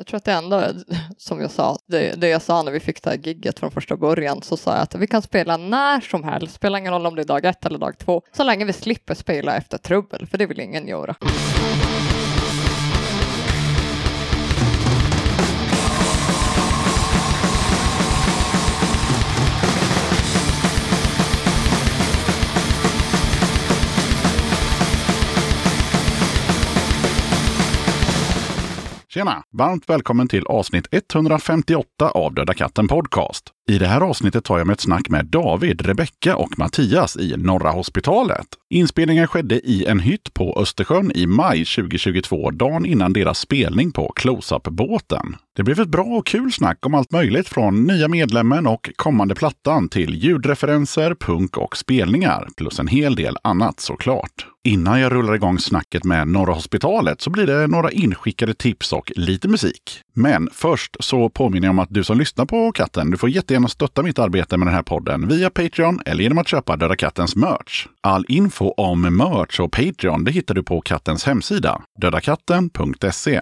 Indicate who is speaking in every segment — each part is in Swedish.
Speaker 1: Jag tror att det ändå, som jag sa, det jag sa när vi fick det här gigget från första början, så sa jag att vi kan spela när som helst, spelar ingen roll om det är dag 1 eller dag 2, så länge vi slipper spela efter trubbel, för det vill ingen göra.
Speaker 2: Tjena! Varmt välkommen till avsnitt 158 av Döda katten podcast. I det här avsnittet tar jag med ett snack med David, Rebecka och Mattias i Norra Hospitalet. Inspelningen skedde i en hytt på Östersjön i maj 2022, dagen innan deras spelning på Close-Up-båten. Det blev ett bra och kul snack om allt möjligt från nya medlemmen och kommande plattan till ljudreferenser, punk och spelningar, plus en hel del annat såklart. Innan jag rullar igång snacket med Norra Hospitalet så blir det några inskickade tips och lite musik. Men först så påminner jag om att du som lyssnar på katten, du får jättegärna stötta mitt arbete med den här podden via Patreon eller genom att köpa Döda kattens merch. All info om merch och Patreon det hittar du på kattens hemsida, dödakatten.se.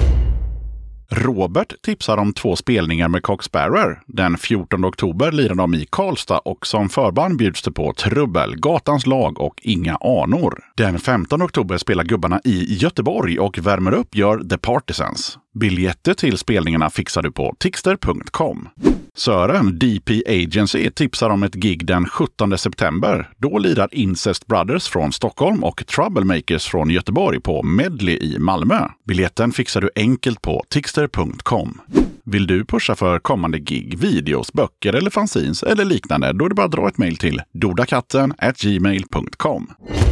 Speaker 2: Robert tipsar om 2 spelningar med Cock-Sparrer. Den 14 oktober lirar de i Karlstad och som förband bjuds det på Trubbel, Gatans lag och Inga anor. Den 15 oktober spelar gubbarna i Göteborg och värmer upp gör The Partisans. Biljetter till spelningarna fixar du på tixter.com. Sören, DP Agency, tipsar om ett gig den 17 september. Då lirar Incest Brothers från Stockholm och Troublemakers från Göteborg på Medley i Malmö. Biljetten fixar du enkelt på tixter.com. Vill du pusha för kommande gig, videos, böcker eller fanzines eller liknande, då är det bara att dra ett mejl till dodakatten@gmail.com.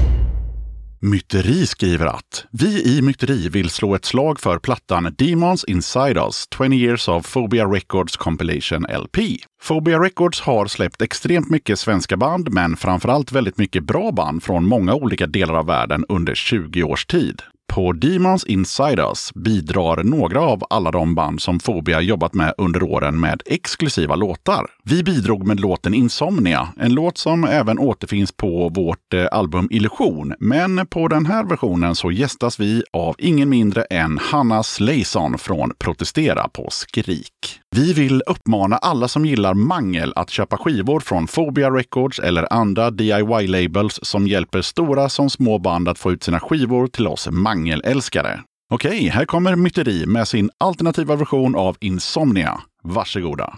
Speaker 2: Myteri skriver att vi i Myteri vill slå ett slag för plattan Demons Inside Us 20 Years of Phobia Records Compilation LP. Phobia Records har släppt extremt mycket svenska band men framförallt väldigt mycket bra band från många olika delar av världen under 20 års tid. På Demons Inside Us bidrar några av alla de band som Phobia jobbat med under åren med exklusiva låtar. Vi bidrog med låten Insomnia, en låt som även återfinns på vårt album Illusion. Men på den här versionen så gästas vi av ingen mindre än Hanna Slayson från Protestera på Skrik. Vi vill uppmana alla som gillar mangel att köpa skivor från Phobia Records eller andra DIY-labels som hjälper stora som små band att få ut sina skivor till oss mangelälskare. Okej, här kommer Myteri med sin alternativa version av Insomnia. Varsågoda.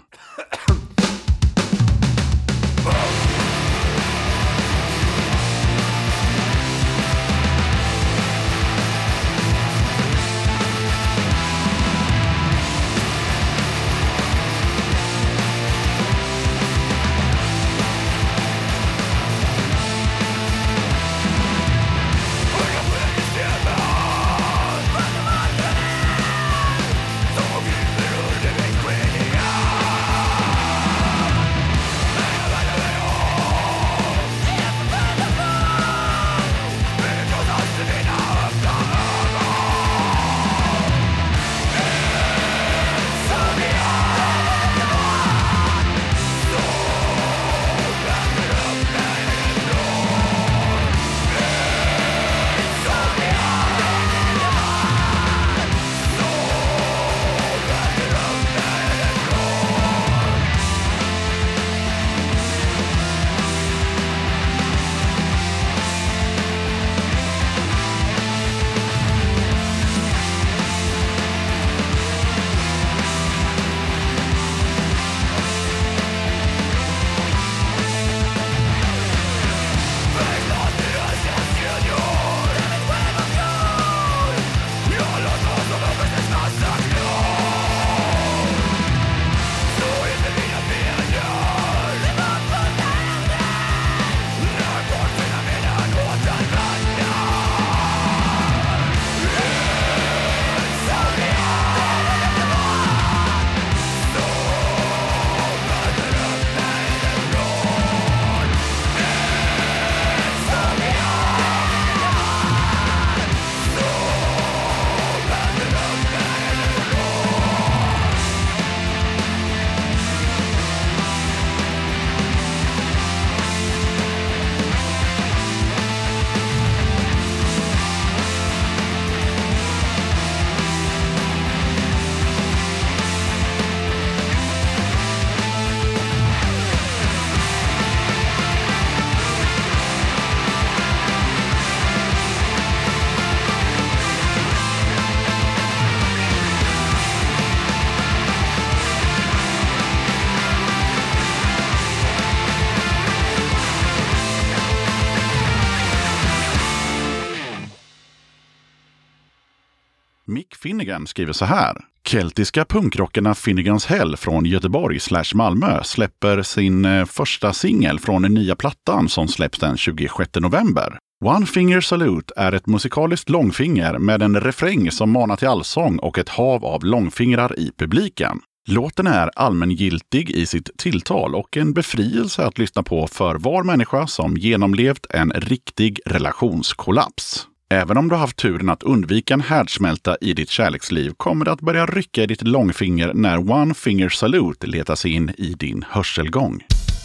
Speaker 2: Finnegan skriver så här. Keltiska punkrockarna Finnegans Hell från Göteborg/Malmö släpper sin första singel från den nya plattan som släpps den 26 november. One Finger Salute är ett musikaliskt långfinger med en refräng som manar till allsång och ett hav av långfingrar i publiken. Låten är allmängiltig i sitt tilltal och en befrielse att lyssna på för var människa som genomlevt en riktig relationskollaps. Även om du har haft turen att undvika en härdsmälta i ditt kärleksliv kommer det att börja rycka i ditt långfinger när One Finger Salute letar sig in i din hörselgång.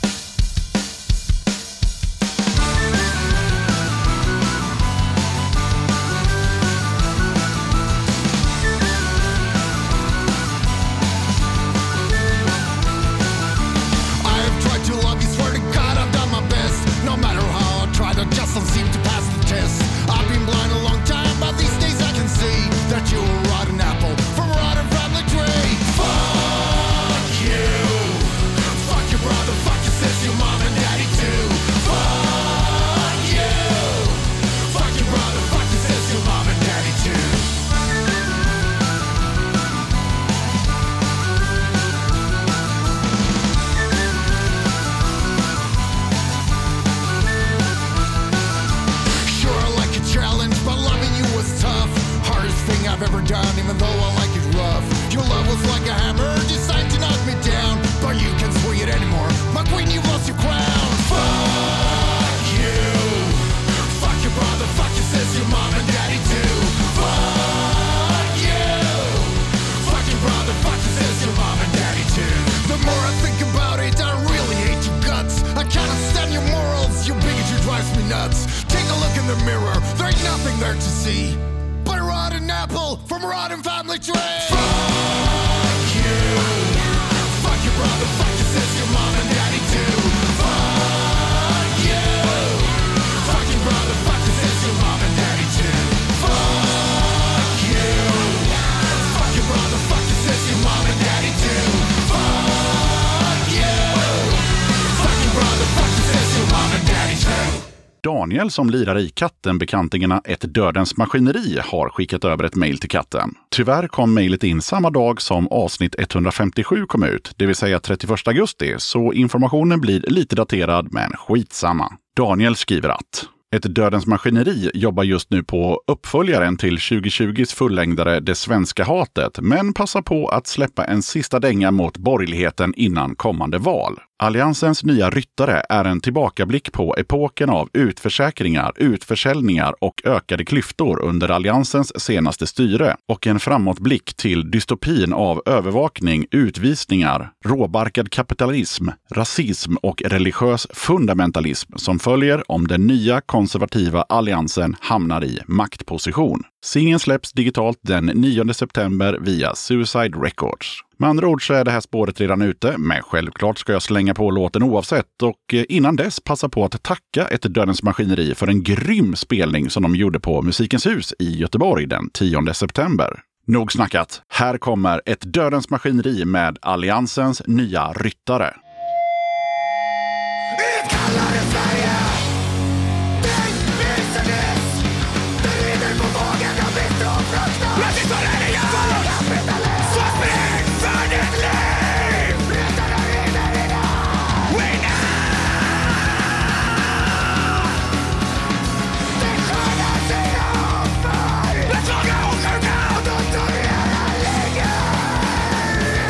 Speaker 2: Daniel som lirar i Katten-bekantingarna Ett dödens maskineri har skickat över ett mejl till Katten. Tyvärr kom mejlet in samma dag som avsnitt 157 kom ut, det vill säga 31 augusti, så informationen blir lite daterad men skitsamma. Daniel skriver att Ett dödens maskineri jobbar just nu på uppföljaren till 2020s fullängdare Det svenska hatet, men passar på att släppa en sista dänga mot borgerligheten innan kommande val. Alliansens nya ryttare är en tillbakablick på epoken av utförsäkringar, utförsäljningar och ökade klyftor under Alliansens senaste styre och en framåtblick till dystopin av övervakning, utvisningar, råbarkad kapitalism, rasism och religiös fundamentalism som följer om den nya konservativa alliansen hamnar i maktposition. Singeln släpps digitalt den 9 september via Suicide Records. Med andra ord så är det här spåret redan ute, men självklart ska jag slänga på låten oavsett och innan dess passa på att tacka Ett dödens maskineri för en grym spelning som de gjorde på Musikens hus i Göteborg den 10 september. Nog snackat, här kommer Ett dödens maskineri med Alliansens nya ryttare.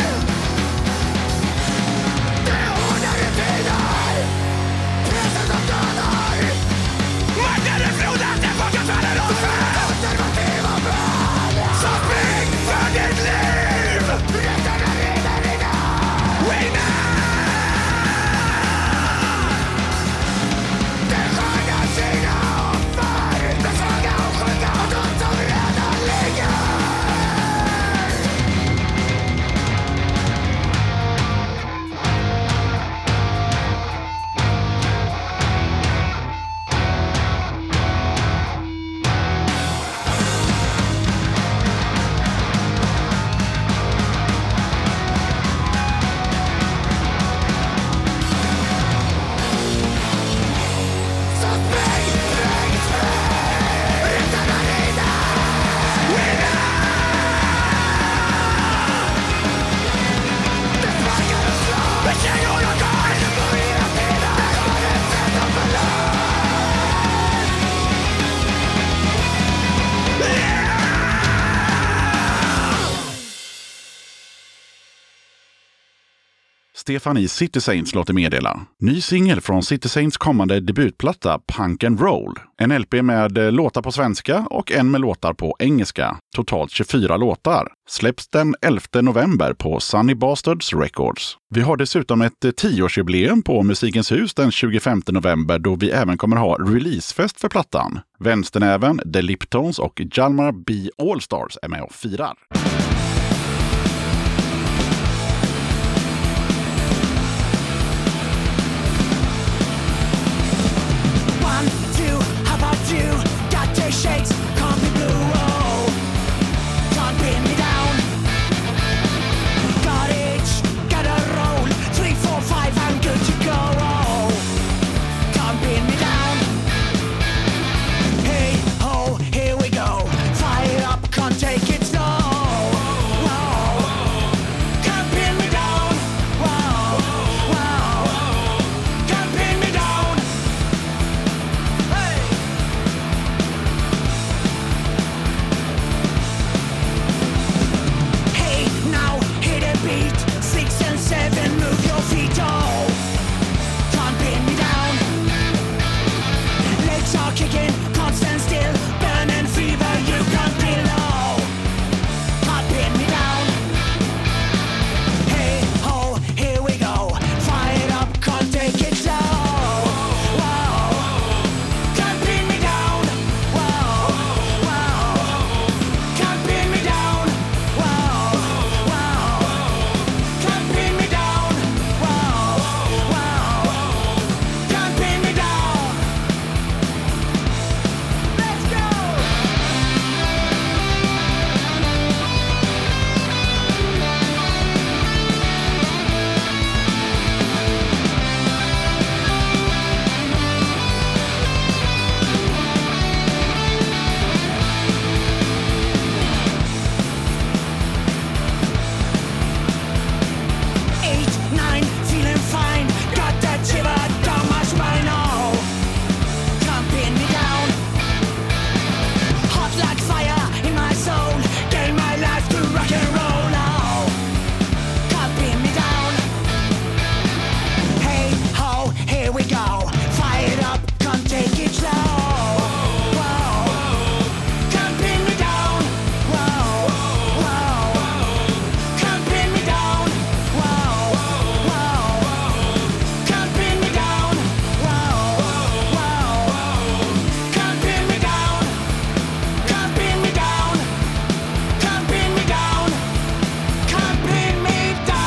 Speaker 3: Pressen som
Speaker 2: Stefan i City Saints låter meddela. Ny singel från City Saints kommande debutplatta Punk and Roll. En LP med låtar på svenska och en med låtar på engelska. Totalt 24 låtar. Släpps den 11 november på Sunny Bastards Records. Vi har dessutom ett 10-årsjubileum på Musikens hus den 25 november då vi även kommer ha releasefest för plattan. Vänsternäven, The Liptones och Hjalmar B. Allstars är med och firar.
Speaker 3: Shakes, can't be blue, oh, can't pin me down. Got itch, gotta roll, 3, 4, 5, I'm good to go, oh, can't pin me down. Hey, ho, here we go, fire up, can't take it slow. Whoa, can't pin me down. Whoa, whoa, can't pin me down. Hey. Beat 6 and 7, move your feet, oh, can't pin me down. Legs are kicking, can't stand still, burning fever, you can't below, can't pin me down. Hey ho, here we go, fire up, can't take it slow. Whoa, can't pin me down. Whoa, whoa, can't pin me down. Whoa, whoa. Can't pin me down. Whoa, whoa, can't pin me down. Let's go. 8, 9, feeling fine. Got that shiver down my spine. Oh, can't pin me down. Hot like fire in my soul. Gave my life to rock and roll. Oh, can't pin me down. Hey ho, here we go. Fired up, can't take it slow. Whoa, can't pin me down. Whoa, whoa, can't pin me down. Whoa, whoa, can't pin me down. Whoa, whoa, can't pin me down. Can't pin me down. Can't pin me down. Can't pin me down.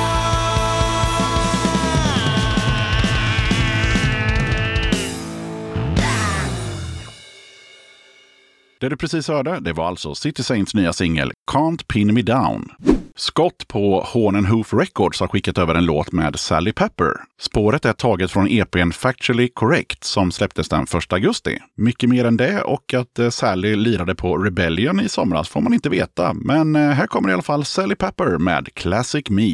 Speaker 2: Det du precis hörde, det var alltså City Saints nya singel Can't Pin Me Down. Scott på Horn and Hoof Records har skickat över en låt med Sally Pepper. Spåret är taget från EP:n Factually Correct som släpptes den 1 augusti. Mycket mer än det och att Sally lirade på Rebellion i somras får man inte veta. Men här kommer i alla fall Sally Pepper med Classic Me.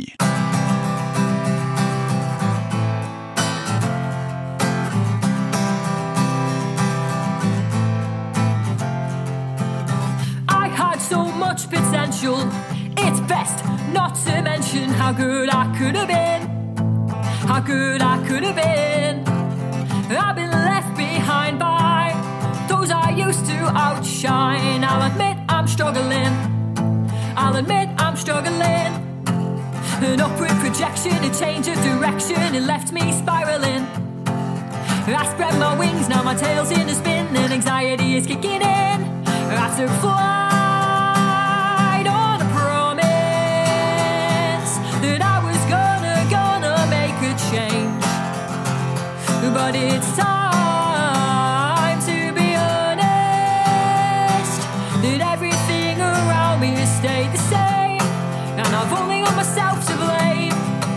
Speaker 4: I had so much potential. It's best not to mention how good I could have been. How good I could have been. I've been left behind by those I used to outshine. I'll admit I'm struggling. I'll admit I'm struggling. An upward projection, a change of direction, it left me spiraling. I spread my wings, now my tail's in a spin, and anxiety is kicking in. I took flight on a promise that I was gonna make a change. But it's time to be honest, that everything around me has stayed the same, and I've only got myself to blame.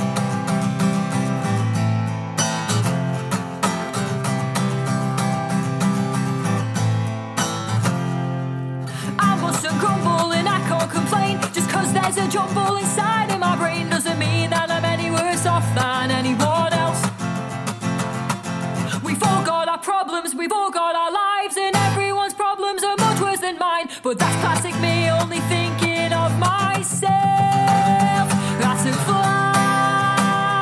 Speaker 4: Grumble and I can't complain. Just cause there's a jumble inside of my brain doesn't mean that I'm any worse off than anyone else. We've all got our problems, we've all got our lives, and everyone's problems are much worse than mine. But that's classic me, only thinking of myself. I took flight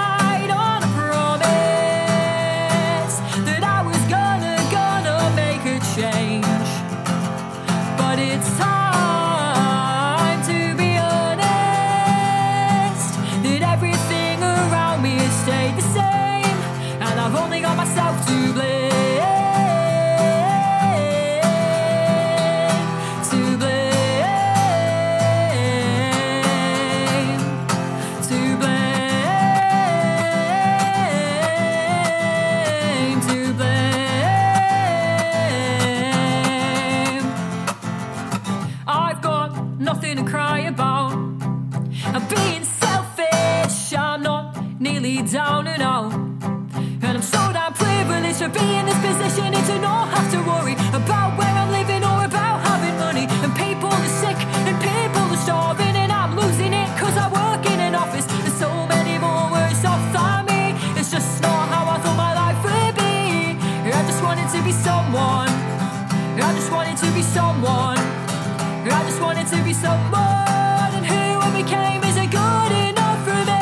Speaker 4: really down and out. And I'm so damn privileged to be in this position and to not have to worry about where I'm living or about having money. And people are sick and people are starving, and I'm losing it cause I work in an office. There's so many more worse off than me. It's just not how I thought my life would be. I just wanted to be someone. I just wanted to be someone. I just wanted to be someone, and who I became isn't good enough for me.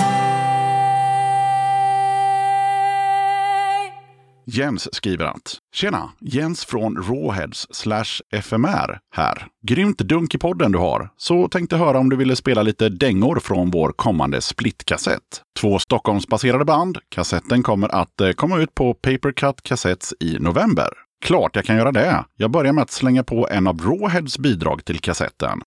Speaker 2: Jens skriver att tjena, Jens från Rawheads/FMR här. Grymt dunk i podden du har. Så tänkte höra om du ville spela lite dängor från vår kommande splitkassett. 2 Stockholmsbaserade band. Kassetten kommer att komma ut på Papercut Cassettes i november. Klart jag kan göra det. Jag börjar med att slänga på en av Rawheads bidrag till kassetten.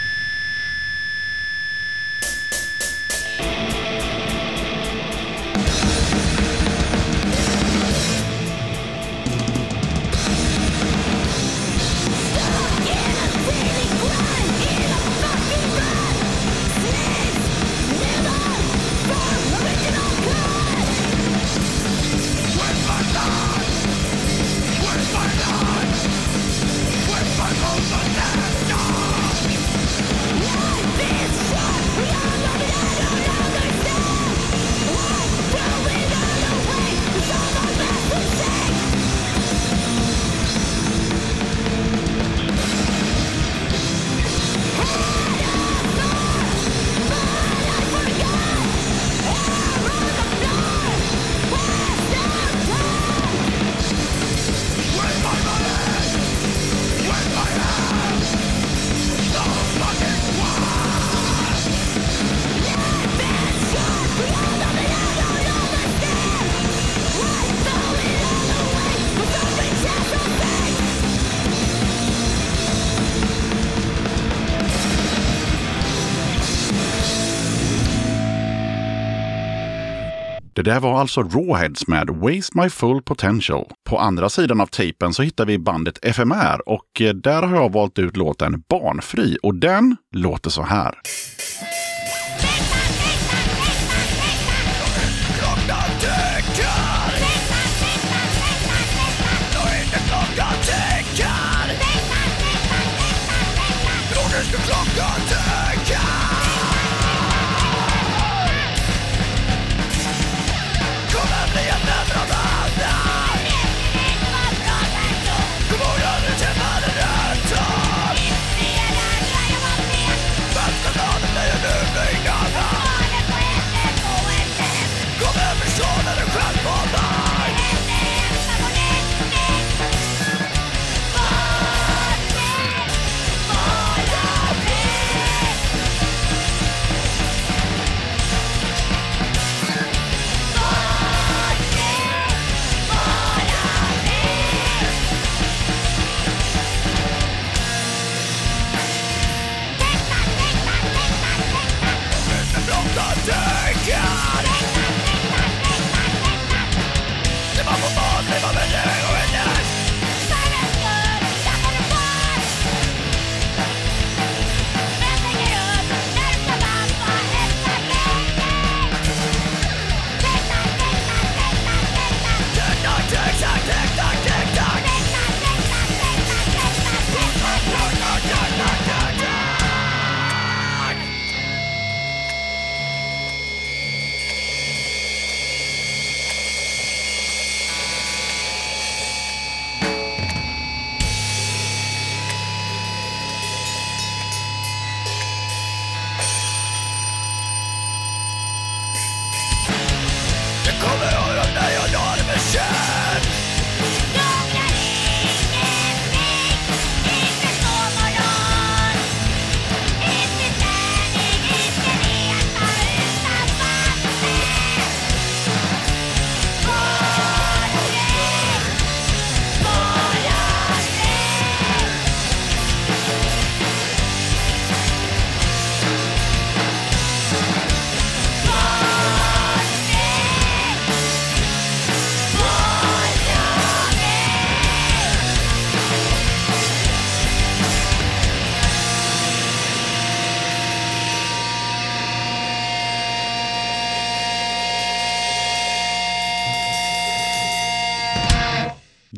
Speaker 2: Det där var alltså Rawheads med Waste My Full Potential. På andra sidan av tejpen så hittar vi bandet FMR och där har jag valt ut låten Barnfri och den låter så här.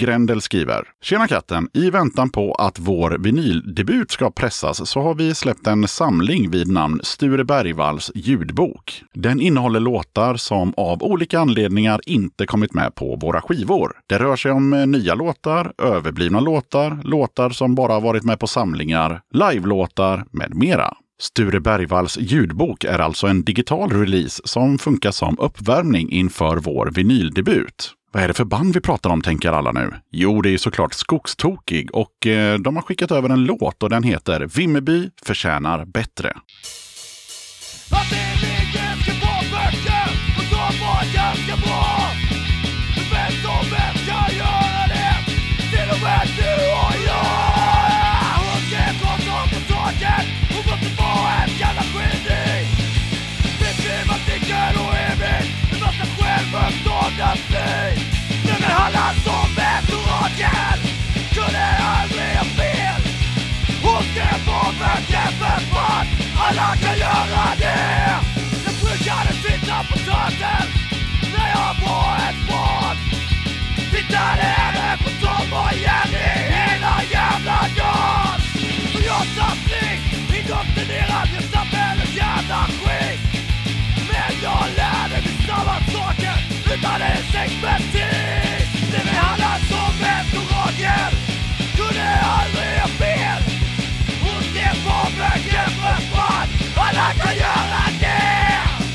Speaker 2: Grendel skriver: Tjena katten, i väntan på att vår vinyldebut ska pressas så har vi släppt en samling vid namn Sture Bergvalls ljudbok. Den innehåller låtar som av olika anledningar inte kommit med på våra skivor. Det rör sig om nya låtar, överblivna låtar, låtar som bara varit med på samlingar, live-låtar med mera. Sture Bergvalls ljudbok är alltså en digital release som funkar som uppvärmning inför vår vinyldebut. Vad är det för band vi pratar om, tänker alla nu? Jo, det är såklart Skogstokig och de har skickat över en låt och den heter Vimmerby förtjänar bättre.
Speaker 3: Att det ligger ska vara böcker och de var ganska bra. Men vem som helst kan göra det, till och med du och jag. Och det kom som på taket och måste vara en jävla geni. Det blir man tycker och evigt, en massa självupptagna fly. Nu med Halland som ett orakel kunde aldrig ha fel. Hon skrev på böcker för fan, alla kan göra det. Jag brukade sitta på taten när jag var ett barn. Tittade henne på Tom och Jenny hela jävla dagen. Så jag samling, indoktrinerad i samhällets jävla skit. Men jag lärde mig samma saker utan ens expertis. Det med alla som ett orakel kunde aldrig ha fel. Hon skrev på böcker för fan, alla kan göra det.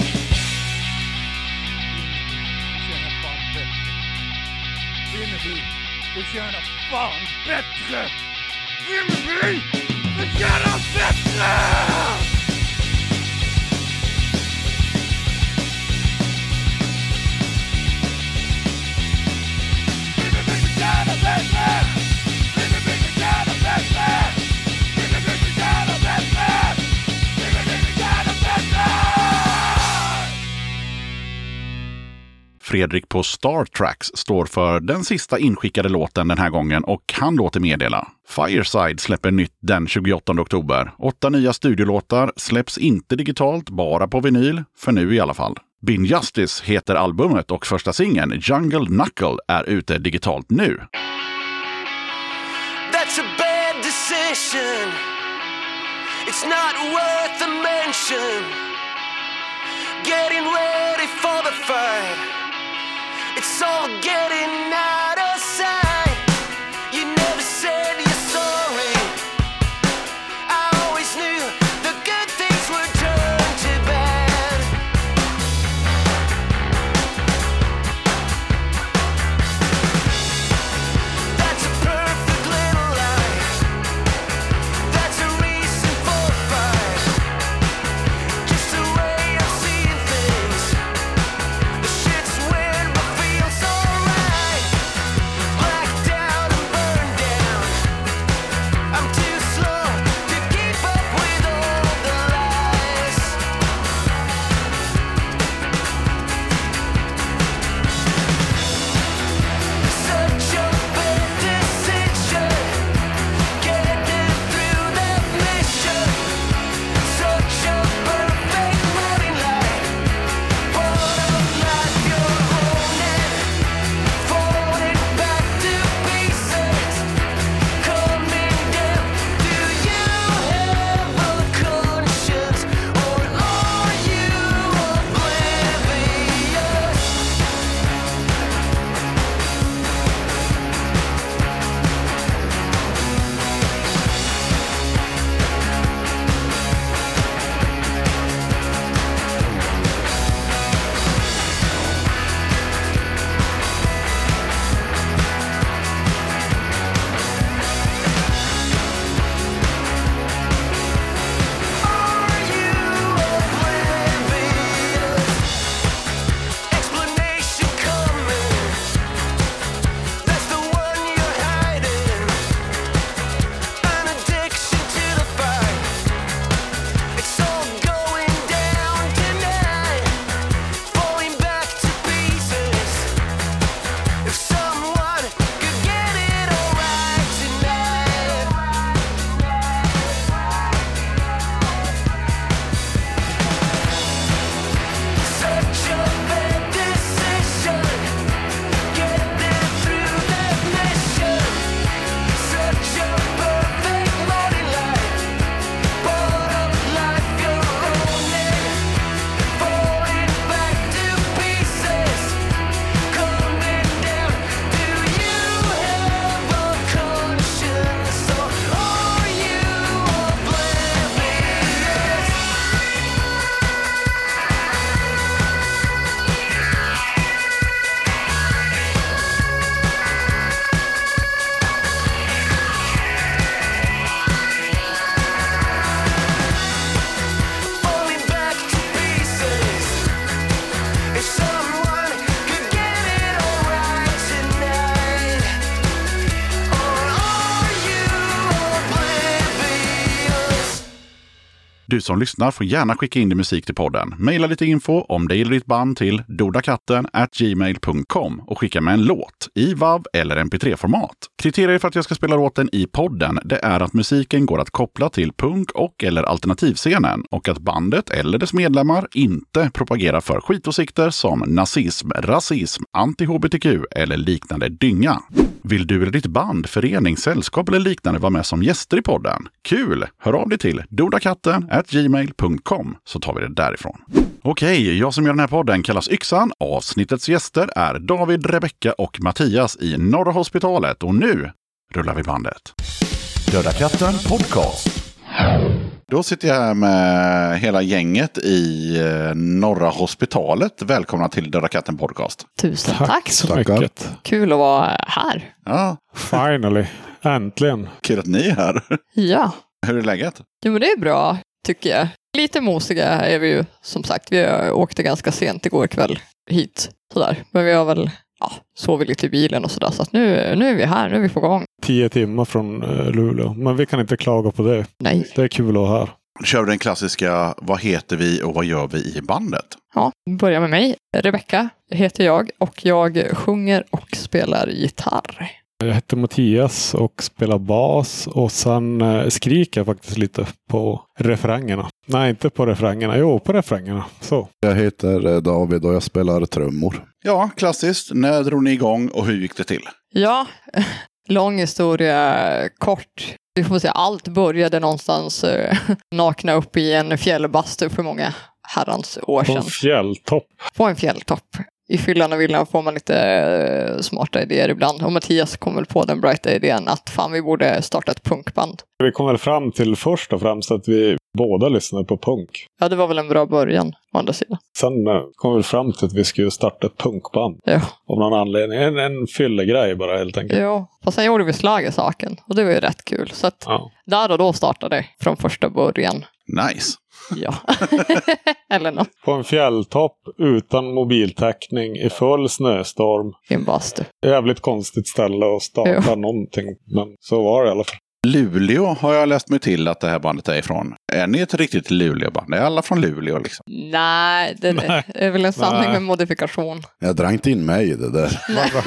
Speaker 3: Vimmerby förtjänar fan bättre. Vimmerby förtjänar bättre.
Speaker 2: Fredrik på Star Tracks står för den sista inskickade låten den här gången och han låter meddela. Fireside släpper nytt den 28 oktober. 8 nya studiolåtar släpps inte digitalt, bara på vinyl, för nu i alla fall. Bin Justice heter albumet och första singeln Jungle Knuckle är ute digitalt nu.
Speaker 3: That's a bad decision. It's not worth a mention. Getting ready for the fight. It's all getting out of sight. You never said you're sorry. I always knew the good things would turn to bad. That's a perfect little lie. That's a reason for a fight. Just the way I've seen things. The shit's weird but feels alright.
Speaker 2: Du som lyssnar får gärna skicka in din musik till podden. Maila lite info om dig eller ditt band till dodakatten@gmail.com och skicka med en låt i WAV eller MP3-format. Kriterier för att jag ska spela låten i podden, det är att musiken går att koppla till punk- och eller alternativscenen och att bandet eller dess medlemmar inte propagerar för skitåsikter som nazism, rasism, anti-hbtq eller liknande dynga. Vill du eller ditt band, förening, sällskap eller liknande vara med som gäster i podden? Kul! Hör av dig till dodakatten@gmail.com så tar vi det därifrån. Okej, jag som gör den här podden kallas Yxan. Avsnittets gäster är David, Rebecca och Mattias i Norra Hospitalet. Och nu rullar vi bandet. Döda katten podcast. Då sitter jag här med hela gänget i Norra Hospitalet. Välkomna till Döda katten podcast.
Speaker 1: Tusen tack
Speaker 5: så mycket.
Speaker 1: Kul att vara här.
Speaker 2: Ja,
Speaker 5: Finally. Äntligen.
Speaker 2: kul att ni är här.
Speaker 1: Ja.
Speaker 2: Hur är läget?
Speaker 1: Jo, men det är bra, tycker jag. Lite mosiga är vi ju, som sagt. Vi åkte ganska sent igår kväll hit. Sådär. Men vi har väl sovit lite i bilen och sådär. Så att nu är vi här, nu är vi på gång.
Speaker 5: 10 timmar från Luleå. Men vi kan inte klaga på det.
Speaker 1: Nej.
Speaker 5: Det är kul att vara här.
Speaker 2: Kör vi den klassiska, vad heter vi och vad gör vi i bandet?
Speaker 1: Ja, vi börjar med mig. Rebecca heter jag och jag sjunger och spelar gitarr.
Speaker 5: Jag heter Mattias och spelar bas. Och sen skriker jag faktiskt lite på refrängerna. Nej, inte på refrängerna. Jo, på refrängerna. Så.
Speaker 6: Jag heter David och jag spelar trummor.
Speaker 2: Ja, klassiskt. När drog ni igång och hur gick det till?
Speaker 1: Ja, lång historia kort. Vi får se, allt började någonstans nakna upp i en fjällbastu för många herrans år
Speaker 5: På
Speaker 1: sedan.
Speaker 5: en fjälltopp.
Speaker 1: På en fjälltopp. I fyllan och villan får man lite smarta idéer ibland. Och Mattias kom väl på den brighta idén att fan, vi borde starta ett punkband.
Speaker 5: Vi kom väl fram till först och främst att vi båda lyssnade på punk.
Speaker 1: Ja, det var väl en bra början, å andra sidan.
Speaker 5: Sen kom vi fram till att vi skulle starta ett punkband.
Speaker 1: Ja.
Speaker 5: Av någon anledning. En fyllegrej bara helt enkelt.
Speaker 1: Ja, fast sen gjorde vi schlagersaken. Och det var ju rätt kul. Så att där och då startade det från första början.
Speaker 2: Nice.
Speaker 1: Ja. Eller något.
Speaker 5: På en fjälltopp utan mobiltäckning i full snöstorm.
Speaker 1: I en bastu.
Speaker 5: Jävligt konstigt ställe att starta någonting. Men så var det i alla fall.
Speaker 2: Luleå har jag läst mig till att det här bandet är ifrån. Är ni ett riktigt Luleå-band? Är alla från Luleå liksom?
Speaker 1: Nej, det är väl en sanning med modifikation.
Speaker 6: Jag drar inte in mig i det där.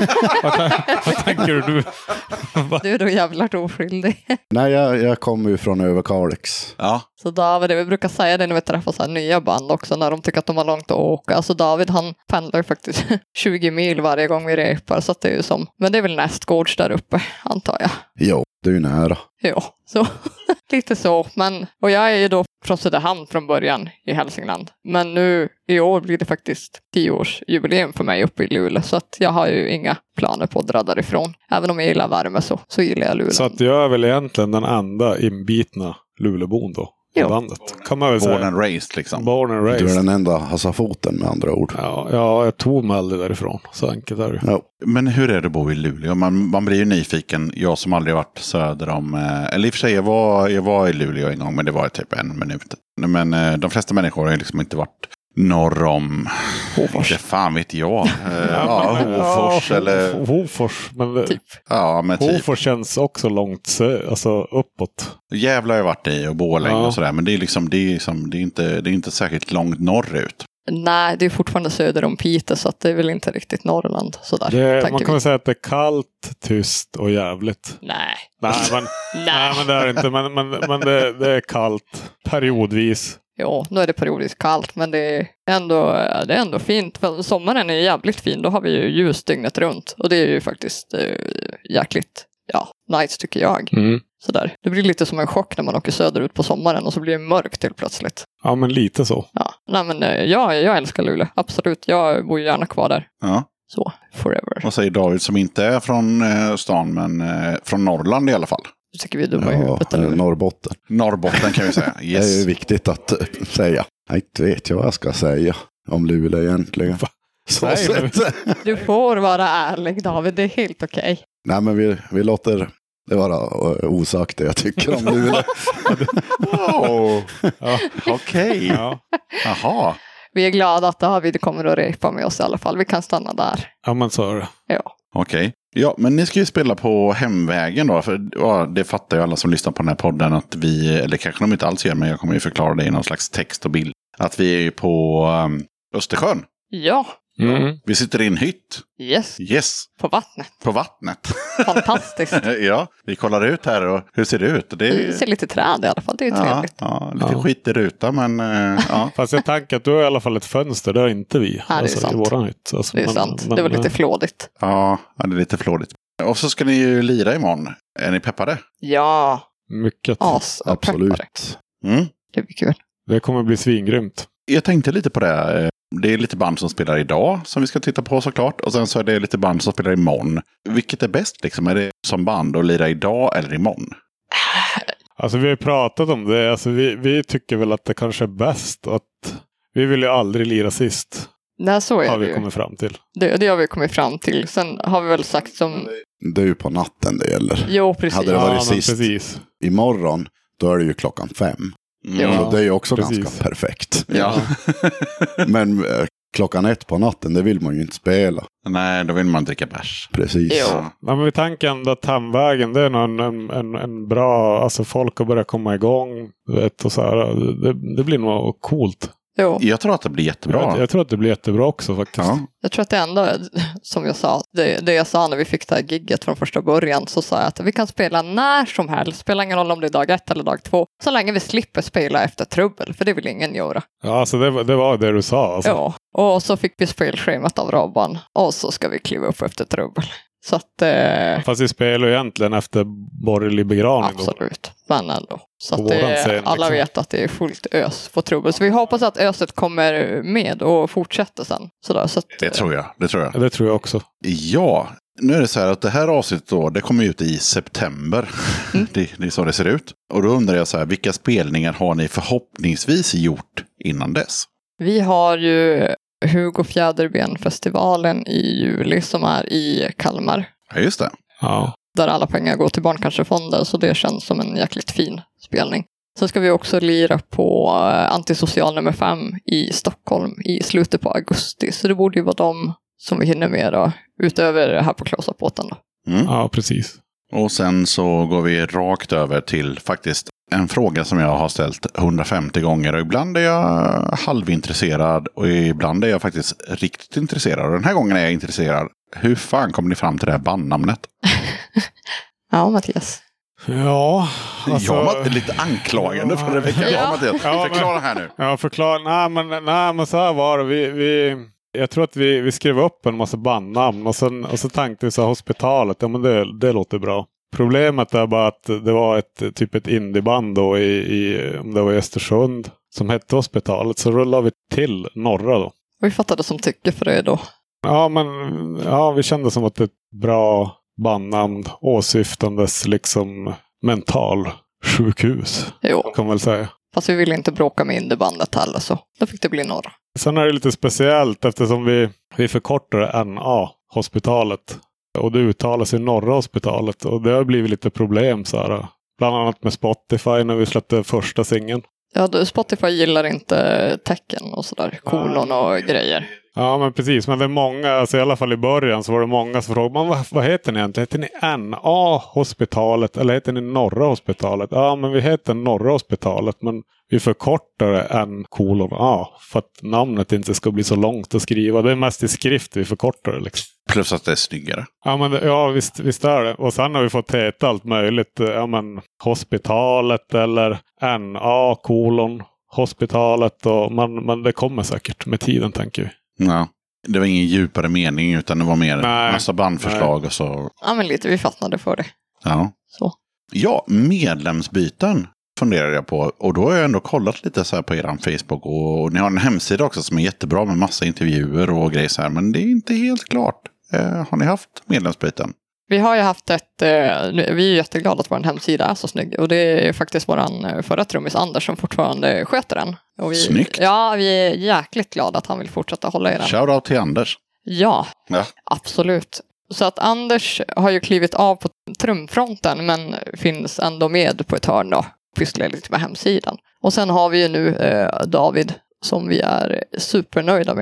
Speaker 5: Vad tänker du?
Speaker 1: Du är då jävligt oskyldig.
Speaker 6: Nej, jag kommer ju från Överkalix.
Speaker 2: Ja.
Speaker 1: Så David, vi brukar säga det när vi träffar så här nya band också, när de tycker att de har långt att åka. Alltså David, han pendlar faktiskt 20 mil varje gång vi repar, så att det är ju som, men det är väl nästgårds där uppe, antar jag.
Speaker 6: Jo, det är ju nära.
Speaker 1: Ja, så lite så. Men, och jag är ju då från Söderhamn från början i Hälsingland. Men nu i år blir det faktiskt 10-årsjubileum för mig uppe i Luleå. Så att jag har ju inga planer på att dra därifrån. Även om jag gillar värme så gillar jag Luleå.
Speaker 5: Så att jag är väl egentligen den enda inbitna Luleåbon då. I bandet. Kan man väl säga.
Speaker 2: Born and raised liksom.
Speaker 5: Born and raised.
Speaker 6: Du är den enda hassafoten med andra ord.
Speaker 5: Ja, jag tog mig aldrig därifrån. Så enkelt är det.
Speaker 6: Ja.
Speaker 2: Men hur är det att bo i Luleå? Man blir ju nyfiken. Jag som aldrig varit söder om... Eller i och för sig, jag var i Luleå en gång, men det var typ 1 minut. Men de flesta människor har liksom inte varit norr om...
Speaker 1: Hofors.
Speaker 2: Inte fan vet jag. Hofors eller...
Speaker 5: Hofors. Men
Speaker 1: Typ.
Speaker 2: Ja, men typ.
Speaker 5: Hofors känns också långt alltså uppåt.
Speaker 2: Jävla har jag varit i och Borlänge och sådär. Men det är inte särskilt långt norrut.
Speaker 1: Nej, det är fortfarande söder om Piteå, så att det är väl inte riktigt Norrland. Sådär,
Speaker 5: man kan väl säga att det är kallt, tyst och jävligt.
Speaker 1: Nej,
Speaker 5: men det är det inte. Men det är kallt periodvis.
Speaker 1: Ja, nu är det periodiskt kallt, men det är ändå fint. För sommaren är jävligt fin, då har vi ju ljus dygnet runt. Och det är ju faktiskt jäkligt nice tycker jag.
Speaker 5: Mm.
Speaker 1: Sådär. Det blir lite som en chock när man åker söderut på sommaren och så blir det mörkt helt plötsligt.
Speaker 5: Ja, men lite så.
Speaker 1: Ja, nej men jag älskar Luleå, absolut. Jag bor gärna kvar där.
Speaker 2: Ja.
Speaker 1: Så, forever.
Speaker 2: Vad säger David som inte är från stan, men från Norrland i alla fall?
Speaker 1: Du tycker vi är dumma i huvudet, eller?
Speaker 6: Norrbotten.
Speaker 2: Norrbotten kan vi säga. Yes.
Speaker 6: Det är ju viktigt att säga. Jag inte vet vad jag ska säga om Luleå egentligen. Så
Speaker 5: Nej,
Speaker 6: sett.
Speaker 1: Du får vara ärlig, David, det är helt okej.
Speaker 6: Nej, men vi låter det vara osagt det jag tycker om Luleå.
Speaker 2: Okej.
Speaker 5: Ja.
Speaker 2: Jaha.
Speaker 1: Vi är glada att David kommer att repa med oss i alla fall. Vi kan stanna där.
Speaker 5: Ja, men så är det.
Speaker 1: Ja.
Speaker 2: Okej. Ja, men ni ska ju spela på hemvägen då. För ja, det fattar ju alla som lyssnar på den här podden att vi, eller kanske de inte alls gör, men jag kommer ju förklara det i någon slags text och bild. Att vi är ju på Östersjön.
Speaker 1: Ja,
Speaker 2: Vi sitter i en hytt.
Speaker 1: yes. På vattnet.
Speaker 2: På vattnet.
Speaker 1: Fantastiskt.
Speaker 2: Ja, vi kollar ut här och hur ser det ut?
Speaker 1: Det ser lite träd i alla fall, det är trevligt.
Speaker 2: Ja, lite skit i rutan, men ja.
Speaker 5: Fast jag tänker att du har i alla fall ett fönster, det har inte vi.
Speaker 1: Ja, det är sant.
Speaker 5: I våran hytt. Alltså,
Speaker 1: Det är sant, det var lite flådigt.
Speaker 2: Ja, det är lite flådigt. Och så ska ni ju lira imorgon. Är ni peppade?
Speaker 1: Ja,
Speaker 5: Mycket.
Speaker 6: Absolut.
Speaker 2: Mm.
Speaker 1: det blir kul.
Speaker 5: Det kommer bli svingrymt.
Speaker 2: Jag tänkte lite på det. Det är lite band som spelar idag som vi ska titta på såklart. Och sen så är det lite band som spelar imorgon. Vilket är bäst liksom? Är det som band att lira idag eller imorgon?
Speaker 5: Alltså vi har ju pratat om det. Alltså, vi tycker väl att det kanske är bäst att vi vill ju aldrig lira sist.
Speaker 1: Nej, så är
Speaker 5: Har
Speaker 1: det
Speaker 5: vi
Speaker 1: ju.
Speaker 5: kommit fram till.
Speaker 1: Det har vi kommit fram till. Sen har vi väl sagt som...
Speaker 6: Det är ju på natten det gäller.
Speaker 1: Jo, precis.
Speaker 6: Hade det varit
Speaker 5: men
Speaker 6: sist
Speaker 5: precis.
Speaker 6: imorgon, då är det ju 5:00.
Speaker 1: Ja.
Speaker 6: Så det är ju också
Speaker 5: precis.
Speaker 6: ganska perfekt.
Speaker 2: Ja.
Speaker 6: Men 1:00 på natten, det vill man ju inte spela.
Speaker 2: Nej, då vill man dricka bärs.
Speaker 6: Precis.
Speaker 1: Jo.
Speaker 5: Ja, men vi tänker ändå att hemvägen, det är en bra, alltså folk har börjat komma igång, vet, och så här, det blir nog coolt.
Speaker 1: Jo.
Speaker 2: Jag tror att det blir jättebra.
Speaker 5: Jag tror att det blir jättebra också faktiskt.
Speaker 2: Ja.
Speaker 1: Jag tror att det ändå, som jag sa, det jag sa när vi fick det här gigget från första början, så sa jag att vi kan spela när som helst, spelar ingen roll om det är dag 1 eller dag 2, så länge vi slipper spela efter trubbel, för det vill ingen göra.
Speaker 5: Ja, alltså det var det du sa. Alltså.
Speaker 1: Ja, och så fick vi spelschemat av Robban, och så ska vi kliva upp efter trubbel. Så att...
Speaker 5: Fast vi spelar ju egentligen efter borgerlig begravning.
Speaker 1: Absolut, men ändå. Så
Speaker 5: På
Speaker 1: att
Speaker 5: våran scen,
Speaker 1: alla
Speaker 5: liksom.
Speaker 1: vet att det är fullt ös på trubbel. Så vi hoppas att öset kommer med och fortsätter sen. Sådär, så att,
Speaker 2: Det tror jag.
Speaker 5: Det tror jag också.
Speaker 2: Ja, nu är det så här att det här avsnittet då, det kommer ut i september. Det är så det ser ut. Och då undrar jag så här, vilka spelningar har ni förhoppningsvis gjort innan dess?
Speaker 1: vi har ju Hugo Fjäderben-festivalen i juli som är i Kalmar.
Speaker 2: Ja, just det.
Speaker 5: Ja.
Speaker 1: Där alla pengar går till Barncancerfonden, så det känns som en jäkligt fin spelning. Sen ska vi också lira på Antisocial nummer 5 i Stockholm i slutet på augusti. Så det borde ju vara de som vi hinner med då, utöver det här på Close-Up-båten då.
Speaker 5: Ja, precis.
Speaker 2: Och sen så går vi rakt över till faktiskt en fråga som jag har ställt 150 gånger. Och ibland är jag halvintresserad och ibland är jag faktiskt riktigt intresserad. Och den här gången är jag intresserad. Hur fan kom ni fram till det här bandnamnet?
Speaker 1: Ja, Mattias.
Speaker 5: Ja, alltså...
Speaker 2: Jag var lite anklagande för det veckan. Ja, Mattias.
Speaker 5: Ja, men-
Speaker 2: Förklara här nu.
Speaker 5: Ja, förklara. Nej, men så här var det. Jag tror att vi skrev upp en massa bandnamn och så tänkte vi så här, hospitalet, ja men det låter bra. Problemet är bara att det var ett indieband då om det var i Östersund som hette Hospitalet, så rullade vi till Norra då.
Speaker 1: Och vi fattade som tycker för det då.
Speaker 5: Ja, vi kände som att det är ett bra bandnamn åsyftandes liksom mental sjukhus,
Speaker 1: Jo,
Speaker 5: kan man väl säga.
Speaker 1: fast vi ville inte bråka med indiebandet heller, så då fick det bli Norra.
Speaker 5: Sen är det lite speciellt eftersom vi förkortar NA, hospitalet. Och det uttalas i Norra hospitalet. Och det har blivit lite problem så här. Bland annat med Spotify när vi släppte första singeln.
Speaker 1: Ja, Spotify gillar inte tecken och sådär, kolon och grejer.
Speaker 5: Ja, men precis. Men det är många, alltså i alla fall i början så var det många som frågade, men vad heter ni egentligen? Heter ni NA hospitalet eller heter ni Norra hospitalet? Ja, men vi heter Norra hospitalet, men vi förkortar det N:A för att namnet inte ska bli så långt att skriva. Det är mest i skrift vi förkortar det liksom.
Speaker 2: Plus att det är snyggare.
Speaker 5: Ja, men visst är det. Och sen har vi fått heta allt möjligt. Ja, men hospitalet eller NA: hospitalet. Och men det kommer säkert med tiden, tänker vi.
Speaker 2: Ja. Det var ingen djupare mening utan det var mer
Speaker 5: Nej.
Speaker 2: massa bandförslag och så.
Speaker 1: Ja, men lite, vi fastnade för det.
Speaker 2: Ja.
Speaker 1: Så.
Speaker 2: Ja, medlemsbyten funderar jag på. Och då har jag ändå kollat lite så här på er Facebook. Och ni har en hemsida också som är jättebra med massa intervjuer och grejer så här. Men det är inte helt klart. Har ni haft medlemsbyten?
Speaker 1: Vi har ju haft vi är jätteglada att vår hemsida är så snygg. Och det är faktiskt våran förra trummis Anders som fortfarande sköter den. Och
Speaker 2: Snyggt.
Speaker 1: Ja, vi är jäkligt glada att han vill fortsätta hålla i den.
Speaker 2: Shoutout till Anders.
Speaker 1: Ja,
Speaker 2: Ja.
Speaker 1: absolut. Så att Anders har ju klivit av på trumfronten men finns ändå med på ett hörn då. Pysslar lite med hemsidan. Och sen har vi ju nu David som vi är supernöjda med.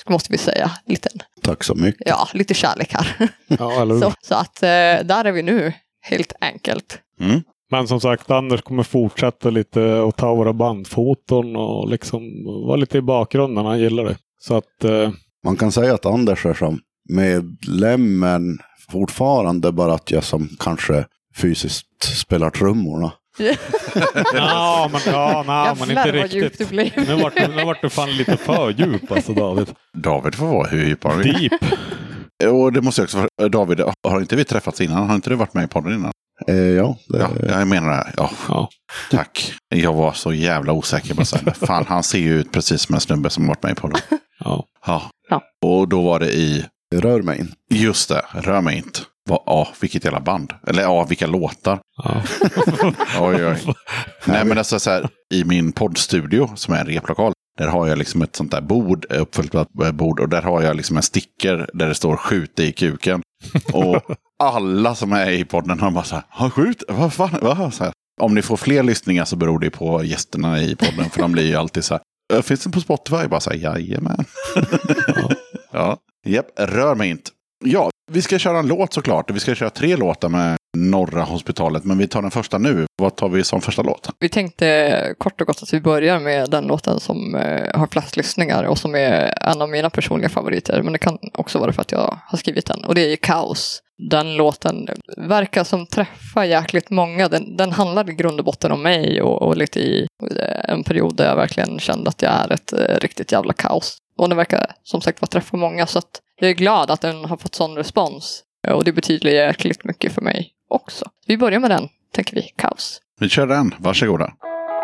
Speaker 1: måste vi säga.
Speaker 6: Tack så mycket.
Speaker 1: Ja, lite kärlek här.
Speaker 5: Ja, eller hur?
Speaker 1: Så att där är vi nu, helt enkelt.
Speaker 6: Mm.
Speaker 5: Men som sagt, Anders kommer fortsätta lite och ta våra bandfoton och liksom vara lite i bakgrunden. Han gillar det. Så att...
Speaker 6: Man kan säga att Anders är som medlem, men fortfarande bara att jag som kanske fysiskt spelar trummorna.
Speaker 5: men inte riktigt. Nu vart du fan lite för djup alltså, David.
Speaker 2: David får vara hur djup han vill.
Speaker 5: Deep.
Speaker 2: Och det måste jag också vara. David, har inte vi träffats innan? Har inte du varit med i podden innan?
Speaker 6: Ja,
Speaker 2: Jag menar det. Ja. Tack. Jag var så jävla osäker på det. Fan, han ser ju ut precis som en snubbe som varit med i podden.
Speaker 5: Ja.
Speaker 2: Och då var det i...
Speaker 6: Rör mig inte.
Speaker 2: Just det, Rör mig inte. Vilket jävla band. Eller vilka låtar.
Speaker 5: Ja.
Speaker 2: Oj. Nej, men alltså så här, i min poddstudio som är en replokal, där har jag liksom ett sånt där bord, uppfyllt bord, och där har jag liksom en sticker där det står skjut i kuken. Och alla som är i podden har bara så här, skjut? Vad fan? Va? Så här. Om ni får fler lyssningar så beror det på gästerna i podden, för de blir ju alltid så här, finns det på Spotify? Bara så här, jajamän. Ja. Japp, Rör mig inte. Ja, vi ska köra en låt såklart. Vi ska köra 3 låtar med Norra Hospitalet, men vi tar den första nu. Vad tar vi som första låt?
Speaker 1: Vi tänkte kort och gott att vi börjar med den låten som har flest lyssningar och som är en av mina personliga favoriter. Men det kan också vara för att jag har skrivit den. Och det är ju Kaos. Den låten verkar som träffar jäkligt många. Den handlar i grund och botten om mig och lite i en period där jag verkligen kände att jag är ett riktigt jävla kaos. Och den verkar som sagt vara träffa många, så att jag är glad att den har fått sån respons. Och det betyder jäkligt mycket för mig också. Vi börjar med den, tänker vi. Kaos.
Speaker 2: Vi kör den, varsågoda.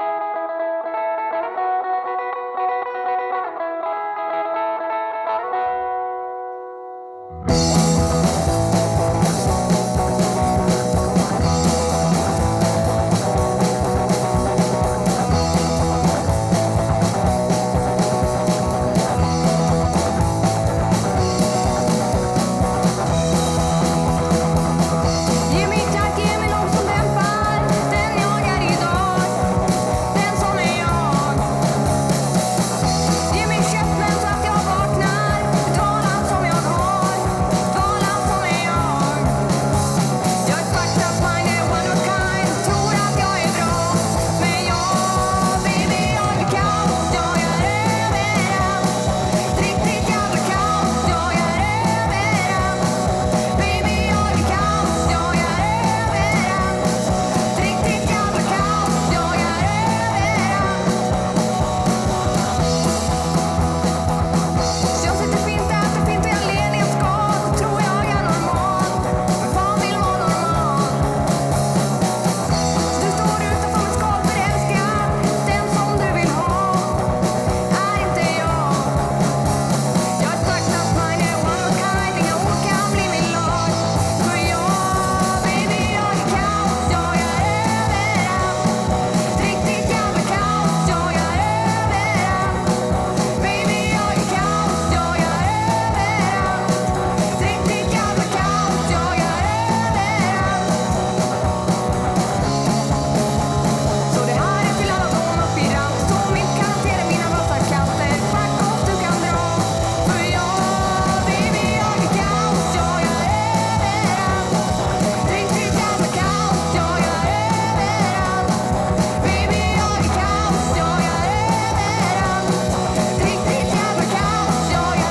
Speaker 7: Ge mig tack, ge mig någon som dämpar den jag är idag, den som är jag. Ge mig käppen så att jag vaknar, talan som jag har, talan som är jag. Jag är fucked up minded, one of a kind, tror att jag är bra, men jag, baby, jag är kaos, jag är överallt. Riktigt jävla kaos, jag är överallt. Baby, jag är kaos, jag är överallt. Riktigt jävla kaos, jag är överallt. Så jag sitter fint, äter fint och jag ler när jag ska. Tror jag är normal, men fan vill vara normal. Så du står utanför mitt skal förälskad. Den som du vill ha är inte jag. Jag är fucked up minded, one of a kind. Inga ord kan bli min lag. För jag, baby, jag är kaos, jag är överallt. Riktigt jävla kaos, jag är överallt. Baby, jag är kaos, jag är överallt. Riktigt jävla kaos, jag är överallt. Så det här är till alla de upp i rand som inte kan hantera mina vassa kanter. Fuck off, du kan dra. För jag, baby, jag är kaos, jag är överallt. Riktigt jävla kaos, jag är överallt. Baby, jag är kaos, jag är överallt. Riktigt jävla kaos, jag är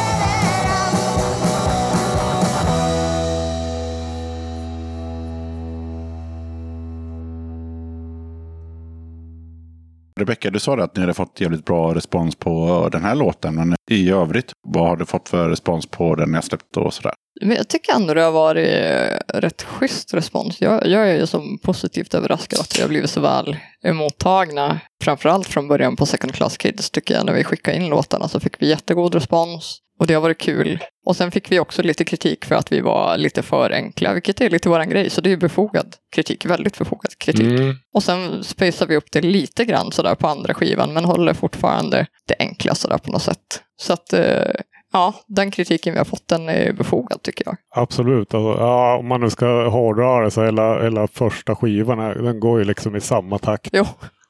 Speaker 2: Rebecka, du sa det att ni hade fått jävligt bra respons på den här låten, men i övrigt, vad har du fått för respons på den jag släppt och sådär?
Speaker 1: Men jag tycker ändå det har varit rätt schysst respons. Jag är ju som positivt överraskad att vi har blivit så väl mottagna. Framförallt från början på Second Class Kids tycker jag, när vi skickade in låtarna så fick vi jättegod respons. Och det har varit kul. Och sen fick vi också lite kritik för att vi var lite för enkla, vilket är lite våran grej. Så det är ju befogad kritik, väldigt befogad kritik. Och sen spacar vi upp det lite grann sådär på andra skivan, men håller fortfarande det enkla sådär på något sätt. Så att ja, den kritiken vi har fått, den är befogad tycker jag.
Speaker 5: Absolut. Alltså, ja, om man nu ska hårdra det så hela första skivan, den går ju liksom i samma takt.
Speaker 1: Jo.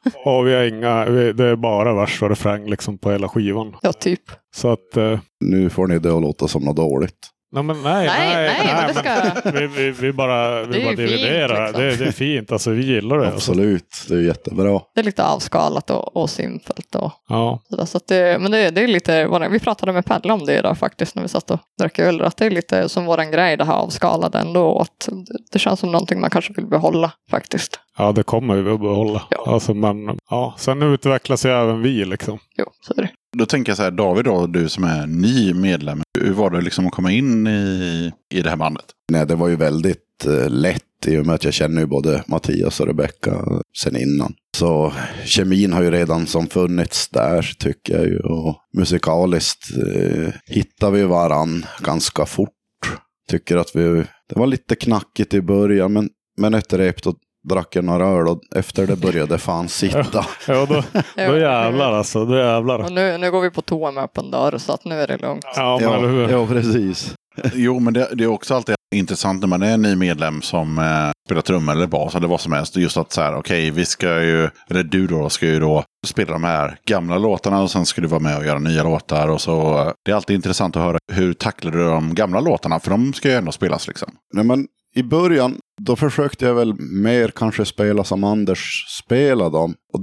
Speaker 5: Och vi har det är bara vers och refräng liksom på hela skivan.
Speaker 1: Ja, typ.
Speaker 5: Så att...
Speaker 6: Nu får ni det att låta som något dåligt.
Speaker 5: Nej, men
Speaker 1: men det ska...
Speaker 5: vi bara dividerar.
Speaker 1: Liksom.
Speaker 5: Det är fint, alltså vi gillar det.
Speaker 6: Absolut, det är jättebra.
Speaker 1: Det är lite avskalat och simpelt. Och
Speaker 5: Ja.
Speaker 1: så att det är lite, vi pratade med Pelle om det idag faktiskt när vi satt och drack öl. Att det är lite som våran grej, det här avskalade ändå. Att det känns som någonting man kanske vill behålla faktiskt.
Speaker 5: Ja, det kommer vi att behålla.
Speaker 1: Ja.
Speaker 5: Alltså, men sen utvecklas ju även vi liksom.
Speaker 1: Jo, så är det.
Speaker 2: Då tänker jag så här, David då, du som är ny medlem. Hur var det liksom att komma in i det här bandet?
Speaker 6: Nej, det var ju väldigt lätt i och med att jag känner ju både Mattias och Rebecca sen innan. Så kemin har ju redan som funnits där tycker jag ju. Och musikaliskt hittar vi varann ganska fort. Tycker att det var lite knackigt i början men efter rep då drack jag några öl och efter det började fan sitta.
Speaker 5: Ja, då jävlar alltså. Då jävlar.
Speaker 1: Och nu går vi på toa med öppen dörr så att nu är det lugnt.
Speaker 5: Ja, men eller hur?
Speaker 6: Ja, precis.
Speaker 2: Jo, men det är också alltid intressant när man är en ny medlem som spelar trummor eller bas eller vad som helst. Just att så här, okej, vi ska ju, eller du då ska ju då spela de här gamla låtarna och sen ska du vara med och göra nya låtar. Och så, det är alltid intressant att höra hur tacklar du de gamla låtarna, för de ska ju ändå spelas liksom.
Speaker 6: Nej, men i början, då försökte jag väl mer kanske spela som Anders spelade dem. Och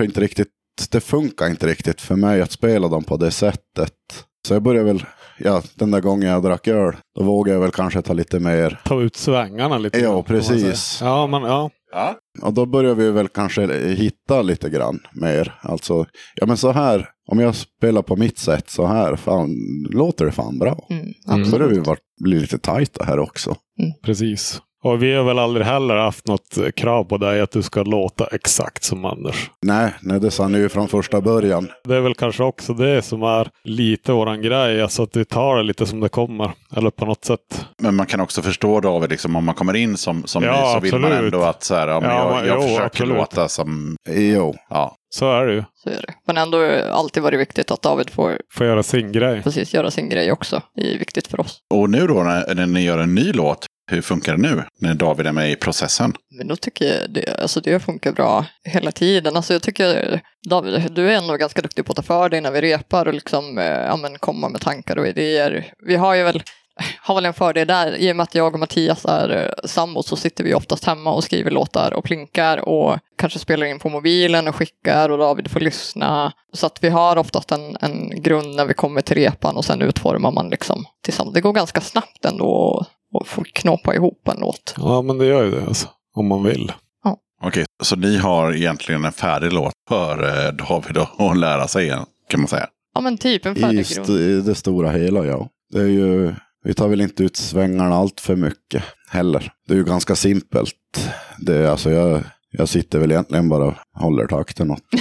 Speaker 6: det funkar inte riktigt för mig att spela dem på det sättet. Så jag började väl, den där gången jag drack öl, då vågade jag väl kanske ta lite mer...
Speaker 5: Ta ut svängarna lite.
Speaker 6: Ja, precis.
Speaker 5: Ja, men ja.
Speaker 6: Och då börjar vi väl kanske hitta lite grann mer. Alltså, men så här, om jag spelar på mitt sätt så här, fan, låter det fan bra. Så det har vi blir lite tajta här också.
Speaker 5: Precis. Och vi har väl aldrig heller haft något krav på dig att du ska låta exakt som Anders.
Speaker 6: Nej, det sa ni ju från första början.
Speaker 5: Det är väl kanske också det som är lite våran grej. Alltså att vi tar det lite som det kommer. Eller på något sätt.
Speaker 2: Men man kan också förstå David, liksom, om man kommer in som ni så
Speaker 5: absolut.
Speaker 2: vill man ändå att så här, jag försöker
Speaker 5: absolut.
Speaker 2: låta som...
Speaker 6: Jo.
Speaker 2: Ja.
Speaker 5: Så är det ju.
Speaker 1: Så är det. Men ändå har det alltid varit viktigt att David får
Speaker 5: göra sin grej.
Speaker 1: precis göra sin grej också. Det är viktigt för oss.
Speaker 2: Och nu då när ni gör en ny låt, hur funkar det nu när David är med i processen?
Speaker 1: Men då tycker jag det funkar bra hela tiden. Alltså jag tycker, David, du är ändå ganska duktig på att ta för dig när vi repar och liksom komma med tankar och idéer. Vi har väl en fördel där, i och med att jag och Mattias är sambos så sitter vi oftast hemma och skriver låtar och plinkar och kanske spelar in på mobilen och skickar och David får lyssna. Så att vi har oftast en grund när vi kommer till repan och sen utformar man liksom tillsammans. Det går ganska snabbt ändå och få knåpa ihop en låt.
Speaker 5: Ja, men det gör ju det alltså, om man vill.
Speaker 1: Ja.
Speaker 2: Okej, så ni har egentligen en färdig låt för David att lära sig, kan man säga?
Speaker 1: Ja, men typ en färdig grund.
Speaker 6: I det stora hela, ja. Det är ju, vi tar väl inte ut svängarna allt för mycket heller. Det är ju ganska simpelt. Det är, alltså jag sitter väl egentligen bara och håller takten åt.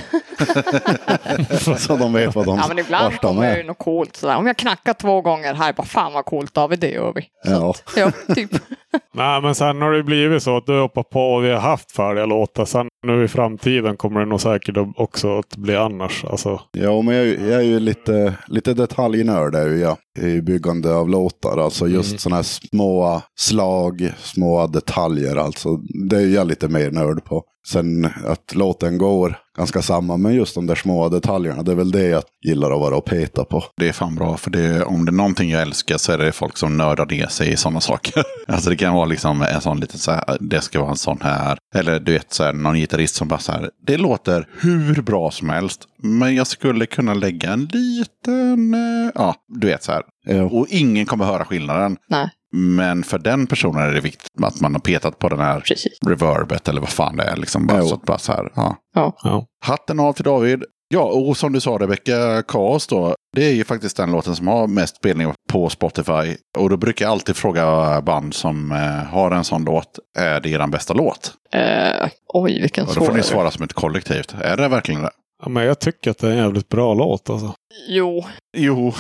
Speaker 6: Så de vet vad de
Speaker 1: men ibland
Speaker 6: vart de
Speaker 1: kommer
Speaker 6: är.
Speaker 1: det något coolt. Sådär. Om jag knackar 2 gånger här, bara fan vad coolt David, det gör vi.
Speaker 6: Ja.
Speaker 1: Ja, typ.
Speaker 5: Nej, men sen har det blivit så att du hoppar på och vi har haft färdiga låtar. Sen nu i framtiden kommer det nog säkert också att bli annars. Alltså.
Speaker 6: Ja, men jag är ju lite detaljnörd är ju jag i byggande av låtar. Alltså just sådana här små slag, små detaljer. Alltså det är jag lite mer nörd på. Sen att låten går ganska samma, men just de där små detaljerna, det är väl det jag gillar att vara och peta på.
Speaker 2: Det är fan bra, för om det är någonting jag älskar så är det folk som nördar ner sig i sådana saker. Alltså det kan vara liksom en sån liten så här, det ska vara en sån här, eller du vet så här, någon gitarrist som bara så här, det låter hur bra som helst, men jag skulle kunna lägga en liten, du vet så här.
Speaker 6: Ja.
Speaker 2: Och ingen kommer höra skillnaden.
Speaker 1: Nej.
Speaker 2: Men för den personen är det viktigt att man har petat på den här reverbet eller vad fan det är. Liksom bara, så att bara så här,
Speaker 5: Ja.
Speaker 2: Hatten av till David. Ja, och som du sa Rebecca, Kaos då, det är ju faktiskt den låten som har mest spelning på Spotify. Och då brukar jag alltid fråga band som har en sån låt, är det eran bästa låt?
Speaker 1: Oj, vilken
Speaker 2: svår. Och då får ni svara som ett kollektivt. Är det verkligen det?
Speaker 5: Ja, men jag tycker att det är en jävligt bra låt alltså.
Speaker 1: Jo.
Speaker 5: Jo,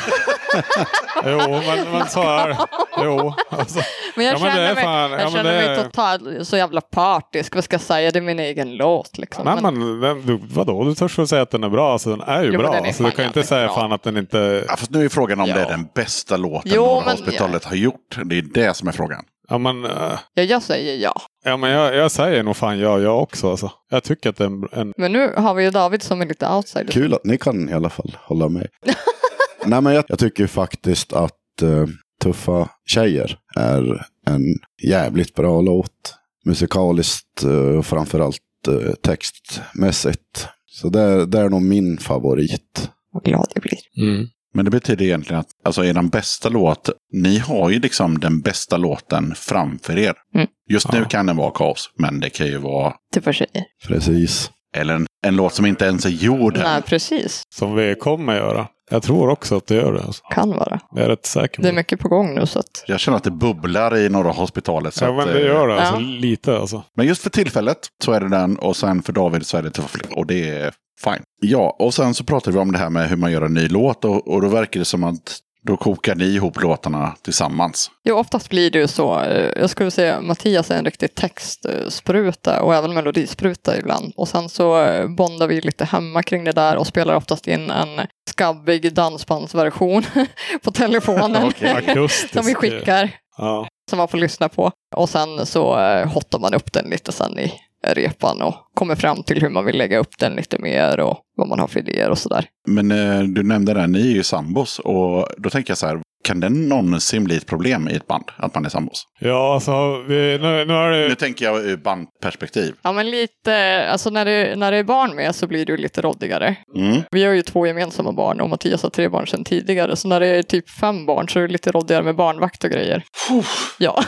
Speaker 5: men så är jo, alltså.
Speaker 1: Men jag känner mig,
Speaker 5: fan,
Speaker 1: jag känner mig totalt så jävla partisk. Vad ska jag säga? Det är min egen låt liksom.
Speaker 5: Nej, men vadå? Du törs väl säga att den är bra? Alltså, den är ju bra. Alltså, du kan inte säga
Speaker 1: bra.
Speaker 5: Fan att den inte...
Speaker 2: Ja, fast nu är frågan om det är den bästa låten Norra Hospitalet har gjort. Det är det som är frågan.
Speaker 5: Ja, men,
Speaker 1: Ja, jag säger ja.
Speaker 5: ja, men jag säger nog fan jag också. Alltså. Jag tycker att det är en...
Speaker 1: Men nu har vi ju David som är lite outsider.
Speaker 6: Kul att ni kan i alla fall hålla med. Nej, men jag tycker faktiskt att Tuffa tjejer är en jävligt bra låt. Musikaliskt och framförallt textmässigt. Så det är nog min favorit.
Speaker 1: Vad glad jag blir.
Speaker 2: Men det betyder egentligen att alltså er bästa låt, ni har ju liksom den bästa låten framför er. Just nu kan den vara kaos, men det kan ju vara...
Speaker 1: Typ för tjejer.
Speaker 6: Precis.
Speaker 2: Eller en låt som inte ens är gjord än.
Speaker 1: Nej, precis.
Speaker 5: Som vi kommer göra. Jag tror också att det gör det. Alltså.
Speaker 1: Kan vara.
Speaker 5: Jag är rätt säker på
Speaker 1: Det är mycket på gång nu så att...
Speaker 2: Jag känner att det bubblar i Norra Hospitalet. Så
Speaker 5: Ja, men
Speaker 2: att,
Speaker 5: det gör det. Alltså,
Speaker 1: Ja.
Speaker 5: lite alltså.
Speaker 2: Men just för tillfället så är det den, och sen för David så är det Tuffa. Och det är fine. Ja, och sen så pratar vi om det här med hur man gör en ny låt. Och då verkar det som att då kokar ni ihop låtarna tillsammans.
Speaker 1: Jo, oftast blir det ju så. Jag skulle säga Mattias är en riktig textspruta och även melodispruta ibland. Och sen så bondar vi lite hemma kring det där och spelar oftast in en skabbig dansbandsversion på telefonen.
Speaker 5: Akustisk.
Speaker 1: Som vi skickar.
Speaker 5: Ja.
Speaker 1: Som man får lyssna på. Och sen så hottar man upp den lite sen i repan och kommer fram till hur man vill lägga upp den lite mer och vad man har för idéer och sådär.
Speaker 2: Men du nämnde det, ni är ju sambos. Och då tänker jag så här, kan det någonsin bli ett problem i ett band att man är sambos?
Speaker 5: Ja, alltså nu är det...
Speaker 2: Nu tänker jag ur bandperspektiv.
Speaker 1: Ja, men lite, alltså när det är barn med så blir det ju lite råddigare. Vi har ju 2 gemensamma barn och Mattias har 3 barn sedan tidigare. Så när det är typ 5 barn så är det lite råddigare med barnvakt och grejer. Ja.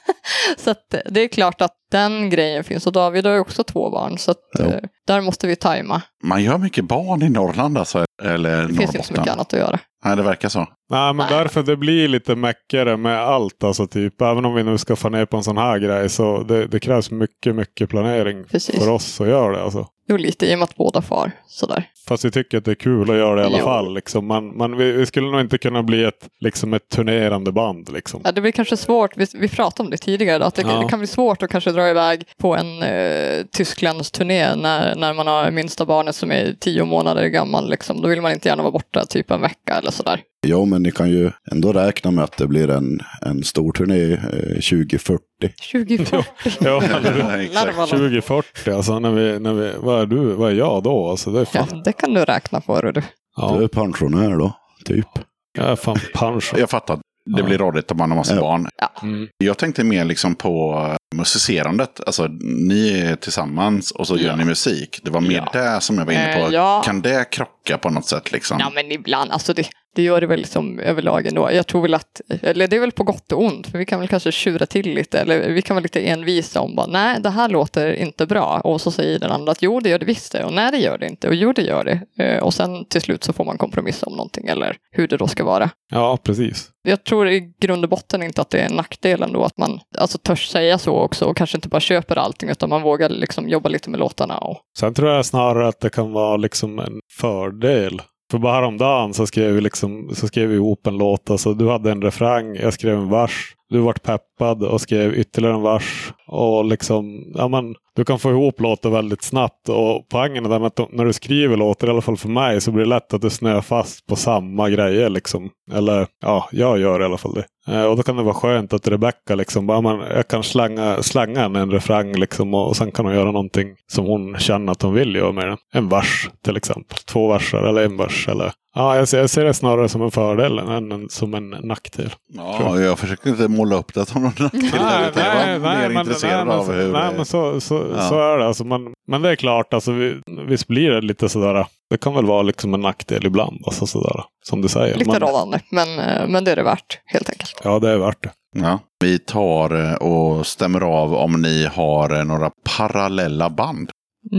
Speaker 1: Så att det är klart att den grejen finns. Och David har ju också 2 barn. Så att där måste vi tajma.
Speaker 2: Man gör mycket barn i Norrland alltså, eller
Speaker 1: Det finns inte så mycket annat att göra.
Speaker 2: Nej, det verkar så.
Speaker 5: Nej, men därför det blir lite mäckare med allt. Alltså typ, även om vi nu ska få ner på en sån här grej så det krävs mycket planering för oss att göra det. Alltså.
Speaker 1: Jo, lite i och med att båda far. Sådär.
Speaker 5: Fast vi tycker att det är kul att göra det i alla fall. Liksom. Vi skulle nog inte kunna bli ett turnerande band. Liksom.
Speaker 1: Ja, det blir kanske svårt, vi pratade om det tidigare, att det kan bli svårt att kanske dra iväg på en Tysklands turné när man har minsta barnet som är 10 månader gammal. Liksom. Då vill man inte gärna vara borta typ en vecka eller sådär.
Speaker 6: Ja, men ni kan ju ändå räkna med att det blir en stor turné 2040.
Speaker 1: 2040.
Speaker 5: Ja,
Speaker 2: Exakt.
Speaker 5: 2040, alltså när vi vad är jag då? Alltså, det är fan,
Speaker 1: Ja, det kan du räkna på, du.
Speaker 6: Du är pensionär då, typ.
Speaker 5: Jag är fan pension.
Speaker 2: Jag fattar. Det blir rådigt om man har massa barn.
Speaker 1: Ja.
Speaker 2: Jag tänkte mer liksom på musicerandet. Alltså, ni är tillsammans och så gör ni musik. Det var mer det som jag var inne på.
Speaker 1: Ja.
Speaker 2: Kan det krocka på något sätt liksom?
Speaker 1: Ja, men ibland, alltså det gör det väl liksom överlag ändå. Jag tror väl att, eller det är väl på gott och ont, för vi kan väl kanske tjura till lite, eller vi kan vara lite envisa om bara, nej, det här låter inte bra. Och så säger den andra att jo, det gör det visst det, och nej, det gör det inte, och jo, det gör det. Och sen till slut så får man kompromissa om någonting, eller hur det då ska vara.
Speaker 5: Ja, precis.
Speaker 1: Jag tror i grund och botten inte att det är en nackdel ändå, att man alltså törs säga så också, och kanske inte bara köper allting, utan man vågar liksom jobba lite med låtarna. Och...
Speaker 5: Sen tror jag snarare att det kan vara liksom en fördel. För bara häromdagen så skrev vi ihop en låt. Alltså, du hade en refräng, jag skrev en vers. Du vart peppad och skrev ytterligare en vers. Och liksom, ja men, du kan få ihop låtar väldigt snabbt. Och poängen är den att när du skriver låtar, i alla fall för mig, så blir det lätt att du snöar fast på samma grejer liksom. Eller, ja, jag gör i alla fall det. Och då kan det vara skönt att Rebecca liksom, bara, man, jag kan slänga en refräng liksom, och sen kan hon göra någonting som hon känner att hon vill göra med den. En vers till exempel. 2 verser eller en vers eller... Ja, jag ser det snarare som en fördel än som en nackdel.
Speaker 2: Ja, jag försöker inte måla upp det som någon nackdel. Jag var mer intresserad av hur...
Speaker 5: Nej, men så är det. Alltså, men det är klart, alltså, visst blir det lite sådär... Det kan väl vara liksom en nackdel ibland, alltså, sådär, som du säger.
Speaker 1: Lite rådande, men det är det värt, helt enkelt.
Speaker 5: Ja, det är värt det.
Speaker 2: Ja. Vi tar och stämmer av om ni har några parallella band.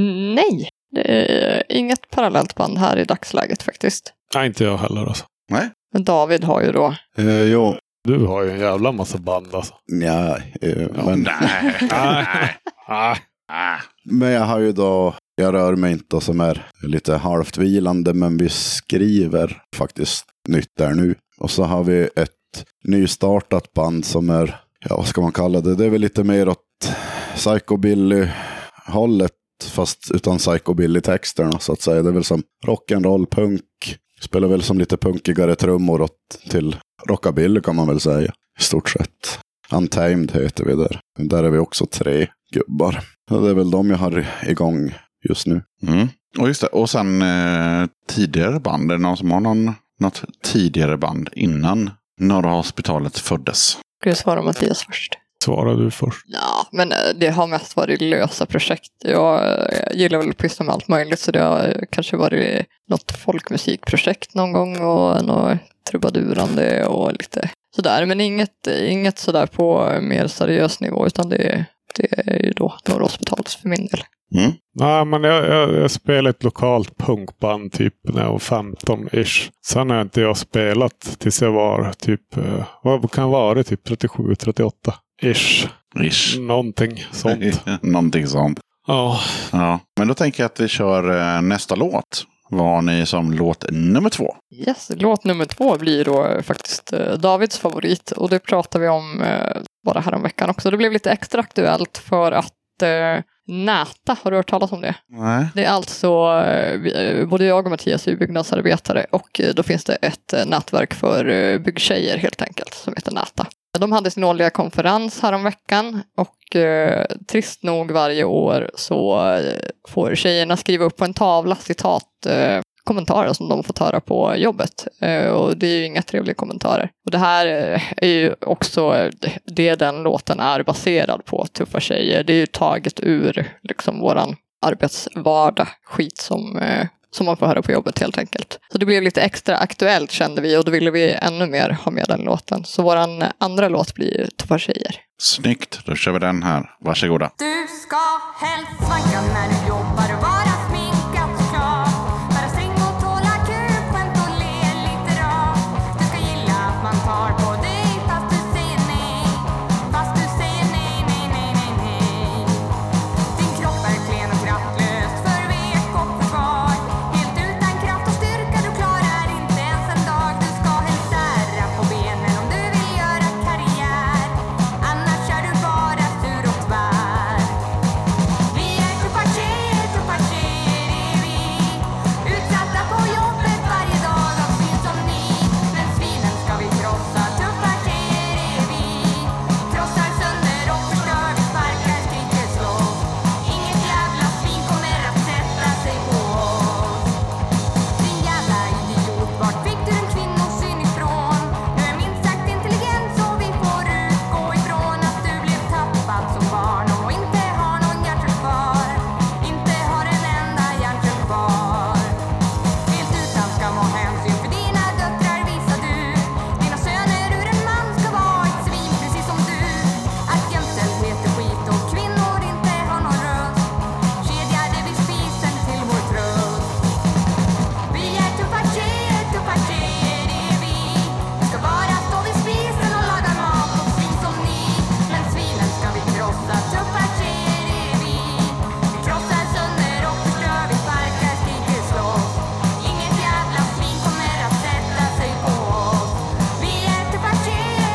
Speaker 1: Nej, det är inget parallellt band här i dagsläget faktiskt.
Speaker 5: Nej, inte jag heller alltså.
Speaker 2: Nej.
Speaker 1: Men David har ju då...
Speaker 6: Jo.
Speaker 5: Du har ju en jävla massa band alltså.
Speaker 6: Ja, men... Men jag har ju då... Jag rör mig inte som är lite halvt vilande, men vi skriver faktiskt nytt där nu. Och så har vi ett nystartat band som är... Ja, vad ska man kalla det? Det är väl lite mer åt psychobilly-hållet, fast utan psychobilly-texterna så att säga. Det är väl som rock'n'roll, punk. Spelar väl som lite punkigare trummor till rockabilly kan man väl säga. I stort sett. Untamed heter vi där. Där är vi också 3 gubbar. Så det är väl de jag har igång just nu.
Speaker 2: Och just det. Och sen tidigare band. Är det någon som har något tidigare band innan Norra Hospitalet föddes?
Speaker 1: Ska jag svara Mattias först?
Speaker 5: Svarar du först?
Speaker 1: Ja, men det har mest varit lösa projekt. Jag gillar väl att pyssla med allt möjligt, så det har kanske varit något folkmusikprojekt någon gång och något trubadurande och lite sådär. Men inget sådär på mer seriös nivå, utan det är ju då Norra Hospitalet för min del.
Speaker 5: Nej, men jag spelade ett lokalt punkband typ när jag var 15-ish. Sen har inte jag spelat tills jag var typ, vad kan vara typ 37-38-ish. Någonting sånt.
Speaker 2: Någonting sånt.
Speaker 5: Ja.
Speaker 2: Men då tänker jag att vi kör nästa låt. Vad har ni som låt nummer 2?
Speaker 1: Yes, låt nummer 2 blir då faktiskt Davids favorit. Och det pratar vi om bara här om veckan också. Det blev lite extra aktuellt för att Näta, har du hört talas om det?
Speaker 2: Nej.
Speaker 1: Det är alltså, både jag och Mattias är byggnadsarbetare, och då finns det ett nätverk för byggtjejer helt enkelt som heter Näta. De hade sin årliga konferens här om veckan, och trist nog varje år så får tjejerna skriva upp på en tavla citat kommentarer som de får höra på jobbet. Och det är ju inga trevliga kommentarer. Och det här är ju också det den låten är baserad på, Tuffa tjejer. Det är ju taget ur liksom våran arbetsvardag, skit som man får höra på jobbet helt enkelt. Så det blev lite extra aktuellt kände vi, och då ville vi ännu mer ha med den låten. Så våran andra låt blir Tuffa tjejer.
Speaker 2: Snyggt, då kör vi den här. Varsågoda.
Speaker 7: Du ska helst svanka när du jobbar och vara sminkad såklart. Vara sträng och tåla kul, skämt och le lite rart. Du ska gilla att man tar på dig fast du säger nej. Fast du säger nej, nej, nej, nej, nej. Din kropp är klen och kraftlös, för vek och för svag. Helt utan kraft och styrka, du klarar inte ens en dag. Du ska helst sära på benen om du vill göra karriär. Annars är du bara sur och tvär. Vi är tuffa tjejer är vi. Utsatta på jobbet varje dag av svin som ni. Men svinen ska vi krossa, tuffa tjejer är vi. Krossar sönder och förstör, vi sparkar, skriker, slåss. Inget jävla svin kommer att sätta sig på oss. Din jävla idiot, vart fick du en kvinnosyn ifrån? Du är minst sagt intelligent, så vi får utgå ifrån att du blev tappad som barn och inte har någon hjärtel kvar. Inte har en enda hjärtel kvar. Helt utan skam och hänsyn för dina döttrar visar du. Dina söner ur en man ska vara ett svin precis som du. Att jämställdhet är skit och kvinnor inte har någon röst. Kedjade vid spisen till vår tröst. Vi är tuffa tjejer är vi. Vi ska bara stå vid spisen och laga mat och svin som ni. Men svinen ska vi krossa, tuffa tjejer är vi. Vi krossar sönder och förstör, vi sparkar, skriker, slåss. Inget jävla svin kommer att sätta sig på oss. Vi är tuffa tjejer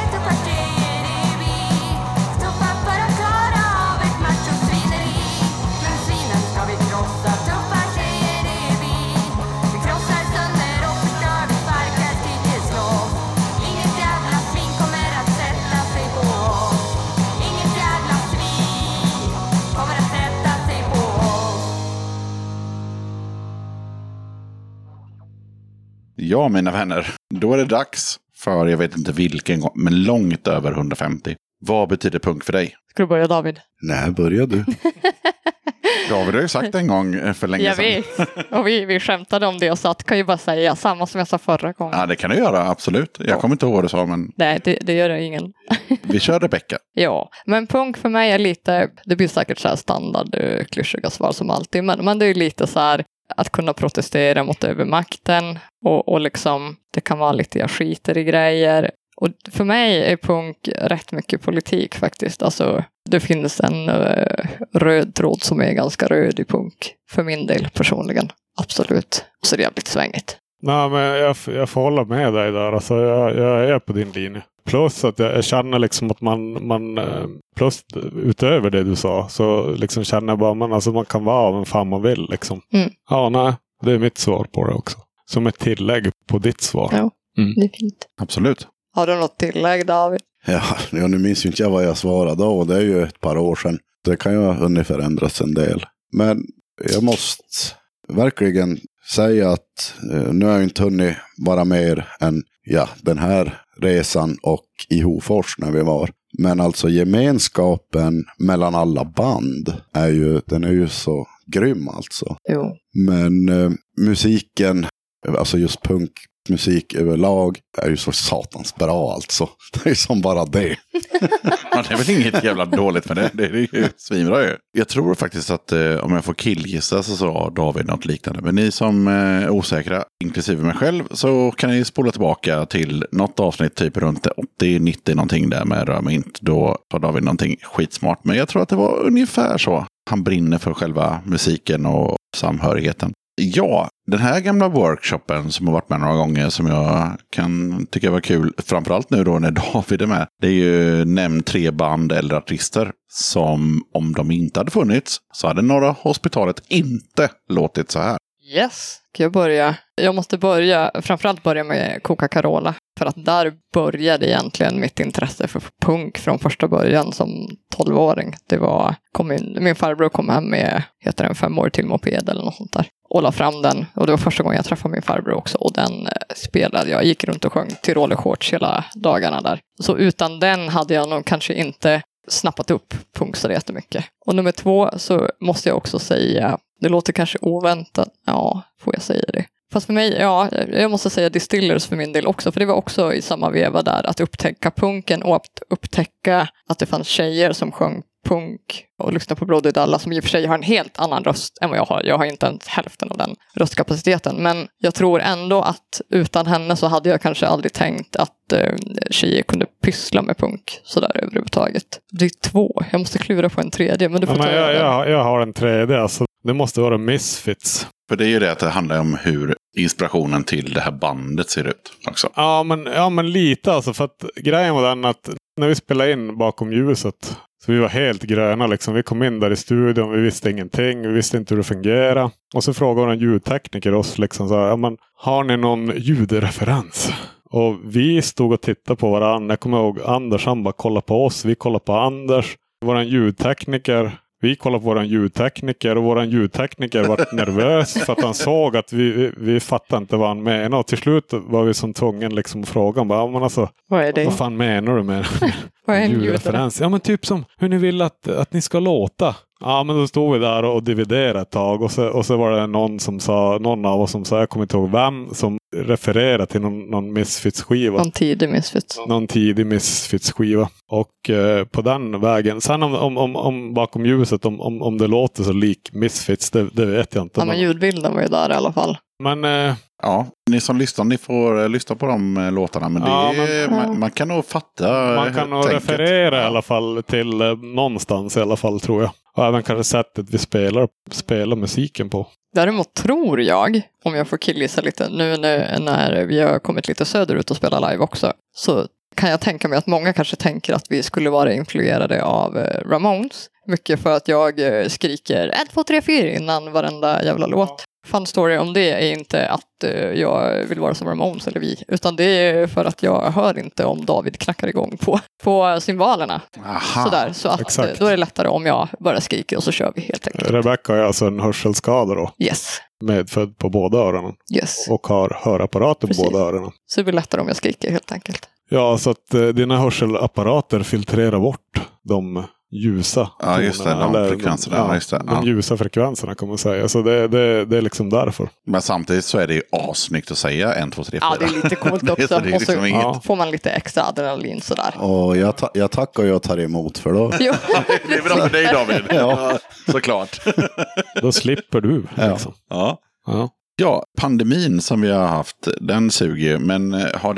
Speaker 7: är vi. Tuffa för att klara av ett machosvineri. Men svinen ska vi krossa, tuffa tjejer är vi. Vi krossar sönder och förstör, vi sparkar, skriker, slåss. Inget jävla svin kommer att sätta sig på oss. Inget jävla svin kommer att sätta sig på oss.
Speaker 2: Ja, mina vänner. Då är det dags för, jag vet inte vilken gång, men långt över 150. Vad betyder punk för dig?
Speaker 1: Ska du börja, David?
Speaker 6: När börjar du?
Speaker 2: David har ju sagt en gång för länge
Speaker 1: Jag
Speaker 2: sedan.
Speaker 1: vet. Och vi skämtade om det och sa att kan ju bara säga samma som jag sa förra gången.
Speaker 2: Ja, det kan du göra, absolut. Jag kommer inte ihåg vad du sa, men
Speaker 1: Nej, det gör det ingen.
Speaker 2: vi kör Rebecca.
Speaker 1: Ja, men punk för mig är lite, det blir säkert så här standard klyschiga svar som alltid, men det är lite så här att kunna protestera mot övermakten och liksom, det kan vara lite jag skiter i grejer. Och för mig är punk rätt mycket politik faktiskt. Alltså, det finns en röd tråd som är ganska röd i punk. För min del personligen. Absolut. Och så är det jävligt svängigt.
Speaker 5: Nej, men jag får hålla med dig där. Alltså, jag är på din linje. Plus att jag känner liksom att man plus utöver det du sa, så liksom känner jag bara man kan vara vem fan man vill liksom.
Speaker 1: Mm.
Speaker 5: Ja, nej. Det är mitt svar på det också. Som ett tillägg på ditt svar.
Speaker 1: Ja, det är fint.
Speaker 2: Absolut.
Speaker 1: Har du något tillägg, David?
Speaker 6: Ja, nu minns ju inte jag vad jag svarade då. Det är ju ett par år sedan. Det kan ju ha hunnit förändras en del. Men jag måste verkligen säga att nu har jag inte hunnit vara mer än den här resan och i Hofors när vi var. Men alltså gemenskapen mellan alla band den är ju så grym alltså.
Speaker 1: Jo.
Speaker 6: Men musiken, alltså just punkmusik överlag, är ju så satans bra alltså. Det är ju som bara det.
Speaker 2: Ja, det är väl inget jävla dåligt med det. Det är ju svinbra ju. Jag tror faktiskt att om jag får killgissa så sa David något liknande. Men ni som är osäkra, inklusive mig själv, så kan ni spola tillbaka till något avsnitt typ runt 80-90 någonting där med Rör mig inte. Då har David någonting skitsmart. Men jag tror att det var ungefär så. Han brinner för själva musiken och samhörigheten. Ja, den här gamla workshopen som har varit med några gånger som jag kan tycka var kul, framförallt nu då när David är med, det är ju nämn 3 band eller artister som om de inte hade funnits så hade Norra Hospitalet inte låtit så här.
Speaker 1: Yes, ska jag börja? Jag måste framförallt börja med Coca-Cola. För att där började egentligen mitt intresse för punk från första början som 12-åring. Min farbror kom hem med, 5 år till moped eller något sånt där. Och la fram den. Och det var första gången jag träffade min farbror också. Och den spelade jag. Gick runt och sjöng Tyroler Shorts hela dagarna där. Så utan den hade jag nog kanske inte snappat upp punk så jättemycket. Och nummer 2 så måste jag också säga, det låter kanske oväntat. Ja, får jag säga det? Fast för mig, jag måste säga Distillers för min del också. För det var också i samma veva där att upptäcka punken och att upptäcka att det fanns tjejer som sjöng punk och lyssnade på Brody Dalla som i och för sig har en helt annan röst än vad jag har. Jag har inte ens hälften av den röstkapaciteten. Men jag tror ändå att utan henne så hade jag kanske aldrig tänkt att tjejer kunde pyssla med punk sådär överhuvudtaget. Det är 2. Jag måste klura på en 3:e. Men du får
Speaker 5: jag har en 3:e. Alltså, det måste vara Misfits.
Speaker 2: För det är ju det att det handlar om hur inspirationen till det här bandet ser ut också.
Speaker 5: Ja, men lite alltså. För att grejen var den att när vi spelade in Bakom ljuset så vi var helt gröna liksom. Vi kom in där i studion, vi visste ingenting. Vi visste inte hur det fungerade. Och så frågade en ljudtekniker oss liksom så här, har ni någon ljudreferens? Och vi stod och tittade på varandra. Jag kommer ihåg Anders, han bara kollade på oss. Vi kollade på Anders. Våran ljudtekniker. Vi kollade på våran ljudtekniker och våran ljudtekniker var nervös för att han såg att vi fattade inte vad han menade. Och till slut var vi som tvungen liksom att fråga honom. Alltså,
Speaker 1: vad är det?
Speaker 5: Vad fan menar du med
Speaker 1: vad är en
Speaker 5: ljudreferens? Ja, men typ som hur ni vill att ni ska låta. Ja, men då stod vi där och dividerade ett tag. Och så var det någon av oss som sa, jag kommer inte ihåg vem, som refererade till någon Misfits-skiva.
Speaker 1: Någon tidig
Speaker 5: Misfits-skiva. Och på den vägen. Sen om Bakom ljuset, om det låter så lik Misfits, det vet jag inte.
Speaker 1: Ja, men ljudbilden var ju där i alla fall.
Speaker 5: Men...
Speaker 2: ja, ni som lyssnar, ni får lyssna på de låtarna. Men, man kan nog fatta.
Speaker 5: Man kan nog referera i alla fall till någonstans i alla fall, tror jag. Och även kanske sättet vi spelar musiken på.
Speaker 1: Däremot tror jag, om jag får killgissa lite, nu när vi har kommit lite söderut och spelar live också, så kan jag tänka mig att många kanske tänker att vi skulle vara influerade av Ramones. Mycket för att jag skriker 1, 2, 3, 4 innan varenda jävla låt. Fun story om det är inte att jag vill vara som Ramones eller vi, utan det är för att jag hör inte om David knackar igång på cymbalerna. Sådär, så att då är det lättare om jag bara skriker och så kör vi helt enkelt.
Speaker 5: Rebecca har alltså en hörselskada då?
Speaker 1: Yes.
Speaker 5: Medfödd på båda öronen?
Speaker 1: Yes.
Speaker 5: Och har hörapparater på båda öronen?
Speaker 1: Så det blir lättare om jag skriker helt enkelt.
Speaker 5: Ja, så att dina hörselapparater filtrerar bort de ljusa tonerna.
Speaker 2: Ja, just det. De frekvenserna.
Speaker 5: De ljusa frekvenserna kan man säga. Så det är liksom därför.
Speaker 2: Men samtidigt så är det ju asnyggt att säga 1, 2, 3, 4.
Speaker 1: Ja, det är lite coolt också.
Speaker 2: Det är liksom
Speaker 1: och så får man lite extra adrenalin sådär.
Speaker 6: Och jag tackar och jag tar emot för då.
Speaker 1: Jo.
Speaker 2: Det är bra för dig, David. Ja, såklart.
Speaker 5: Då slipper du. Liksom.
Speaker 2: Ja. Ja, pandemin som vi har haft, den suger. Men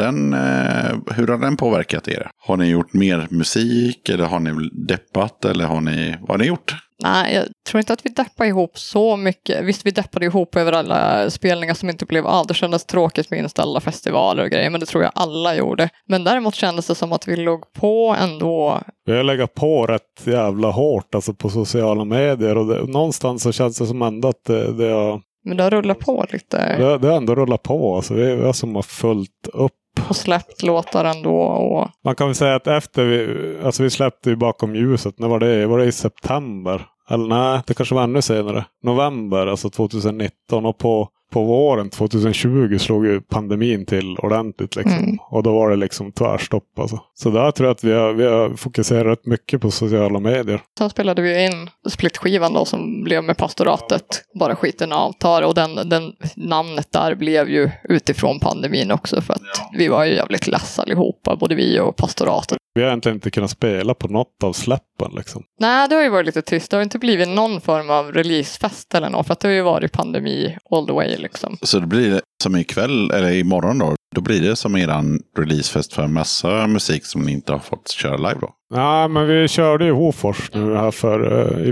Speaker 2: hur har den påverkat er? Har ni gjort mer musik eller har ni deppat eller vad har ni gjort?
Speaker 1: Nej, jag tror inte att vi deppade ihop så mycket. Visst, vi deppade ihop över alla spelningar som inte blev av. Det kändes tråkigt med inställda festivaler och grejer, men det tror jag alla gjorde. Men däremot kändes det som att vi låg på ändå.
Speaker 5: Vi har legat på rätt jävla hårt alltså på sociala medier och någonstans så känns det som ändå att det har...
Speaker 1: Men det har rullat på lite.
Speaker 5: Det har ändå rullat på. Alltså vi har som har fullt upp
Speaker 1: Och släppt låtar ändå. Och...
Speaker 5: Man kan väl säga att efter vi släppte ju Bakom ljuset. När var det? Var det i september? Eller nej, det kanske var ännu senare. November, alltså 2019. Och på våren 2020 slog ju pandemin till ordentligt liksom. Och då var det liksom tvärstopp alltså. Så där tror jag att vi har fokuserat rätt mycket på sociala medier.
Speaker 1: Sen spelade vi in splitskivan då som blev med Pastoratet. Bara skiten avtar. Och den namnet där blev ju utifrån pandemin också. För att vi var ju jävligt less allihopa. Både vi och Pastoratet.
Speaker 5: Vi har egentligen inte kunnat spela på något av släppen liksom.
Speaker 1: Nej, det har ju varit lite trist. Det har inte blivit någon form av releasefest eller något. För att det har ju varit pandemi all the way liksom.
Speaker 2: Så det blir som ikväll, eller imorgon då blir det som eran releasefest för en massa musik som ni inte har fått köra live då?
Speaker 5: Ja, men vi körde ju Hofors nu här i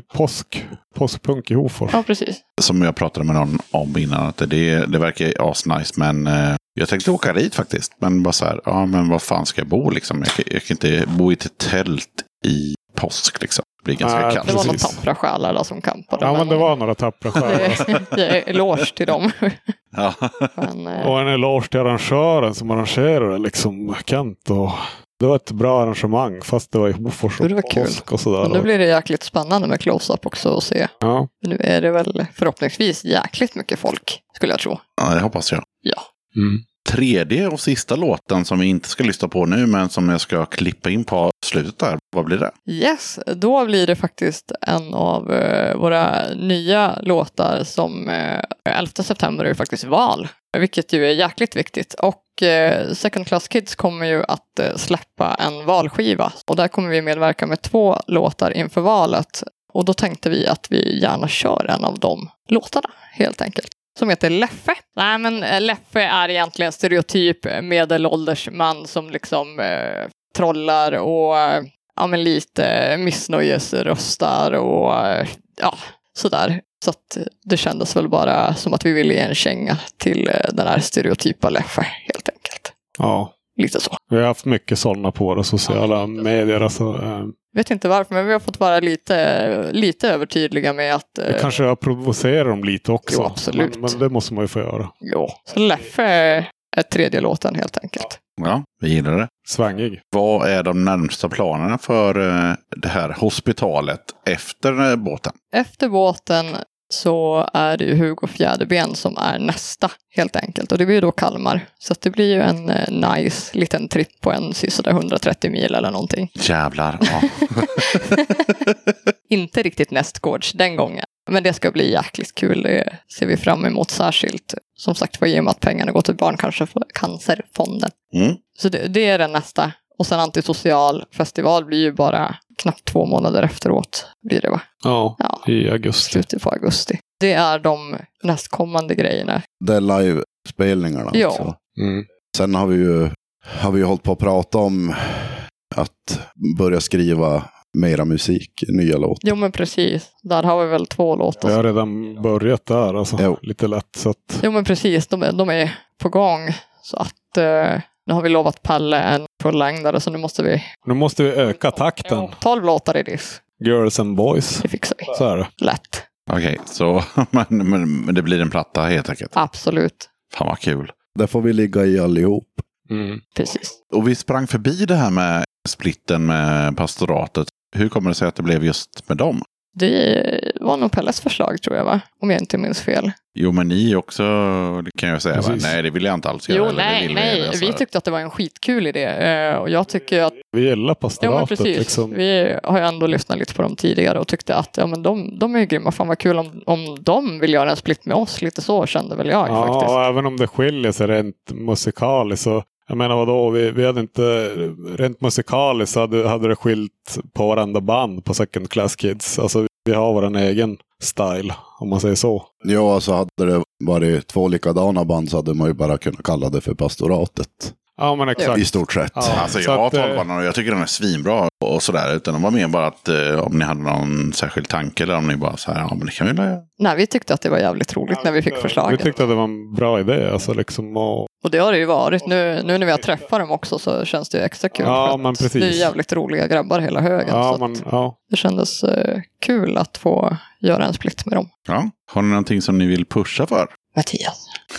Speaker 5: påskpunk i Hofors.
Speaker 1: Ja, precis.
Speaker 2: Som jag pratade med någon om innan, att det verkar asnice, men jag tänkte åka dit faktiskt. Men bara så här, ja men vad fan ska jag bo liksom? Jag kan inte bo i ett tält i påsk liksom. Det blir ganska kallt.
Speaker 1: Det var några
Speaker 5: Precis.
Speaker 1: tappra själar där som kampade.
Speaker 5: Ja, men det var några tappra själar.
Speaker 1: Det är eloge till dem.
Speaker 2: Ja.
Speaker 1: Men,
Speaker 5: Och en eloge till arrangören som arrangerade liksom Kent. Och det var ett bra arrangemang fast det var i Hofors och
Speaker 1: Det var kul.
Speaker 5: påsk och sådär.
Speaker 1: nu blir det jäkligt spännande med close-up också att se.
Speaker 5: Ja.
Speaker 1: Nu är det väl förhoppningsvis jäkligt mycket folk, skulle jag tro.
Speaker 2: Ja, det hoppas jag.
Speaker 1: Ja.
Speaker 5: Mm.
Speaker 2: Tredje och sista låten som vi inte ska lyssna på nu, men som jag ska klippa in på slutet där. Vad blir det?
Speaker 1: Yes, då blir det faktiskt en av våra nya låtar som 11 september är det faktiskt val. Vilket ju är jäkligt viktigt. Och Second Class Kids kommer ju att släppa en valskiva. Och där kommer vi medverka med 2 låtar inför valet. Och då tänkte vi att vi gärna kör en av de låtarna, helt enkelt. Som heter Leffe. Nej, men Leffe är egentligen stereotyp medelålders man som liksom trollar och ja, men lite missnöjesröstar och ja, sådär. Så att det kändes väl bara som att vi ville ge en känga till den här stereotypa Leffe, helt enkelt.
Speaker 5: Ja.
Speaker 1: Lite så.
Speaker 5: Vi har haft mycket sådana på våra sociala medier. Alltså,
Speaker 1: Vet inte varför, men vi har fått vara lite övertydliga med att...
Speaker 5: vi kanske har provocerat dem lite också.
Speaker 1: Jo, absolut.
Speaker 5: Men det måste man ju få göra.
Speaker 1: Jo, så Leffe är tredje låten, helt enkelt.
Speaker 2: Ja, vi gillar det.
Speaker 5: Svängig.
Speaker 2: Vad är de närmsta planerna för det här hospitalet efter båten?
Speaker 1: Efter båten så är det ju Hugo Fjäderben som är nästa, helt enkelt. Och det blir ju då Kalmar. Så att det blir ju en nice liten tripp på en sådär 130 mil eller någonting.
Speaker 2: Jävlar, ja.
Speaker 1: Inte riktigt nästgårds den gången. Men det ska bli jäkligt kul. Det ser vi fram emot särskilt. Som sagt, för i och med att pengarna går till Barncancerfonden.
Speaker 2: Mm.
Speaker 1: Så det är den nästa. Och sen Antisocial festival blir ju bara knappt 2 månader efteråt. Blir det, va?
Speaker 5: Ja,
Speaker 1: Ja.
Speaker 5: i augusti.
Speaker 1: Slutet på augusti. Det är de nästkommande grejerna.
Speaker 6: Det är live-spelningarna.
Speaker 1: Ja.
Speaker 6: Alltså.
Speaker 5: Mm.
Speaker 6: Sen har vi ju hållit på att prata om att börja skriva mera musik, nya låtar.
Speaker 1: Jo, men precis. Där har vi väl 2 låtar.
Speaker 5: Vi har redan börjat där. Alltså.
Speaker 6: Jo.
Speaker 5: Lite lätt. Så att...
Speaker 1: Jo, men precis. De är på gång. Så att nu har vi lovat Palle en fullängdare, så nu måste vi
Speaker 5: öka takten.
Speaker 1: 12 låtar i diss.
Speaker 5: Girls and boys.
Speaker 1: Det fixar vi.
Speaker 5: Så är det.
Speaker 1: Lätt.
Speaker 2: Okej, så men det blir en platta helt enkelt.
Speaker 1: Absolut.
Speaker 2: Fan vad kul.
Speaker 6: Där får vi ligga i allihop.
Speaker 5: Mm.
Speaker 1: Precis.
Speaker 2: Och vi sprang förbi det här med splitten med Pastoratet. Hur kommer det sig att det blev just med dem?
Speaker 1: Det var nog Pelles förslag, tror jag, va? Om jag inte minns fel.
Speaker 2: Jo, men ni också, det kan jag säga.
Speaker 5: Precis.
Speaker 2: Nej, det vill jag inte alls göra.
Speaker 1: Jo,
Speaker 2: Eller det vill
Speaker 1: nej.
Speaker 2: alltså.
Speaker 1: Vi tyckte att det var en skitkul idé. Och jag tycker att...
Speaker 5: Vi gillar
Speaker 1: Ja, men
Speaker 5: Pastoratet.
Speaker 1: precis.
Speaker 5: Liksom.
Speaker 1: Vi har ju ändå lyssnat lite på dem tidigare och tyckte att ja, men de är ju grymma. Fan vad kul om de vill göra en split med oss. Lite så kände väl jag
Speaker 5: Ja,
Speaker 1: faktiskt.
Speaker 5: och även om det skiljer sig rent musikaliskt så jag menar vadå, vi hade inte rent musikaliskt så hade det skilt på varenda band på Second Class Kids. Alltså vi har vår egen style, om man säger så.
Speaker 6: Ja, alltså hade det varit 2 likadana band så hade man ju bara kunnat kalla det för Pastoratet.
Speaker 5: Ja, men exakt.
Speaker 6: I stort sett.
Speaker 5: Ja,
Speaker 2: Alltså
Speaker 5: så
Speaker 2: jag har
Speaker 5: att,
Speaker 2: 12 och jag tycker den är svinbra och sådär. Utan det var mer bara att om ni hade någon särskild tanke eller om ni bara så här, ja men det kan vi göra.
Speaker 1: Nej, vi tyckte att det var jävligt roligt när vi fick
Speaker 5: Vi
Speaker 1: förslaget.
Speaker 5: tyckte att det var en bra idé. Alltså liksom,
Speaker 1: Och det har det ju varit. Nu när vi har träffat dem också så känns det ju extra kul.
Speaker 5: Ja,
Speaker 1: för att
Speaker 5: men precis.
Speaker 1: det är jävligt roliga grabbar hela högen.
Speaker 5: ja,
Speaker 1: Så
Speaker 5: men,
Speaker 1: att
Speaker 5: ja.
Speaker 1: det kändes kul att få göra en split med dem.
Speaker 2: Ja. Har ni någonting som ni vill pusha för?
Speaker 1: Mattias.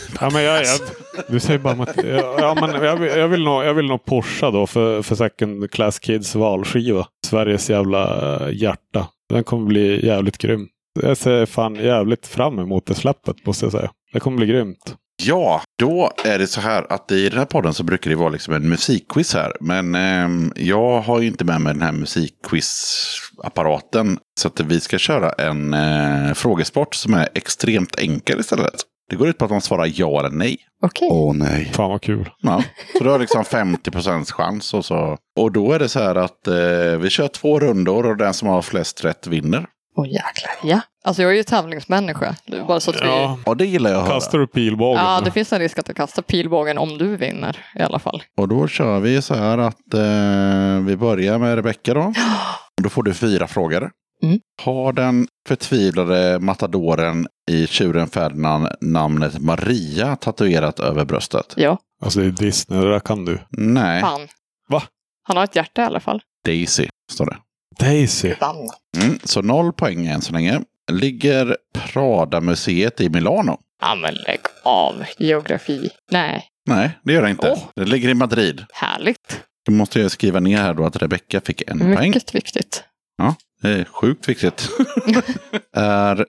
Speaker 5: Ja, men du säger bara att jag vill nog pusha då för Second Class Kids valskiva. Sveriges jävla hjärta. Den kommer bli jävligt grym. Jag ser fan jävligt fram emot det släppet, måste jag säga. Det kommer bli grymt.
Speaker 2: Ja, då är det så här att i den här podden så brukar det vara liksom en musikquiz här. Men jag har ju inte med mig den här musikquizapparaten. Så att vi ska köra en frågesport som är extremt enkel istället. Det går ut på att man svarar ja eller nej.
Speaker 1: Okej.
Speaker 6: Åh nej.
Speaker 5: Fan vad kul.
Speaker 2: Ja, så du har liksom 50% chans. Och då är det så här att vi kör 2 rundor och den som har flest rätt vinner.
Speaker 1: Åh jäklar, ja. Alltså jag är ju tävlingsmänniska. Det är bara så att
Speaker 5: Ja.
Speaker 2: Ja, det gillar jag att höra.
Speaker 5: Kastar du pilbågen?
Speaker 1: Ja, det finns en risk att du kastar pilbågen om du vinner i alla fall.
Speaker 2: Och då kör vi så här att vi börjar med Rebecca då. Då får du 4 frågor.
Speaker 1: Mm.
Speaker 2: Har den förtvivlade matadoren i Tjuren Ferdinand namnet Maria tatuerat över bröstet?
Speaker 1: Ja,
Speaker 5: Alltså det är Disney, det där kan du.
Speaker 2: Nej,
Speaker 1: fan.
Speaker 5: Va?
Speaker 1: Han har ett hjärta i alla fall.
Speaker 2: Daisy står det.
Speaker 5: Daisy.
Speaker 2: Så 0 poäng än så länge. Ligger Prada-museet i Milano?
Speaker 1: Ja, men lägg av. Geografi. Nej,
Speaker 2: Nej, det gör det inte.
Speaker 1: Åh.
Speaker 2: Det ligger i Madrid.
Speaker 1: härligt.
Speaker 2: Då måste jag skriva ner här då att Rebecca fick 1 poäng.
Speaker 1: Mycket viktigt.
Speaker 2: Ja, det är sjukt viktigt. Är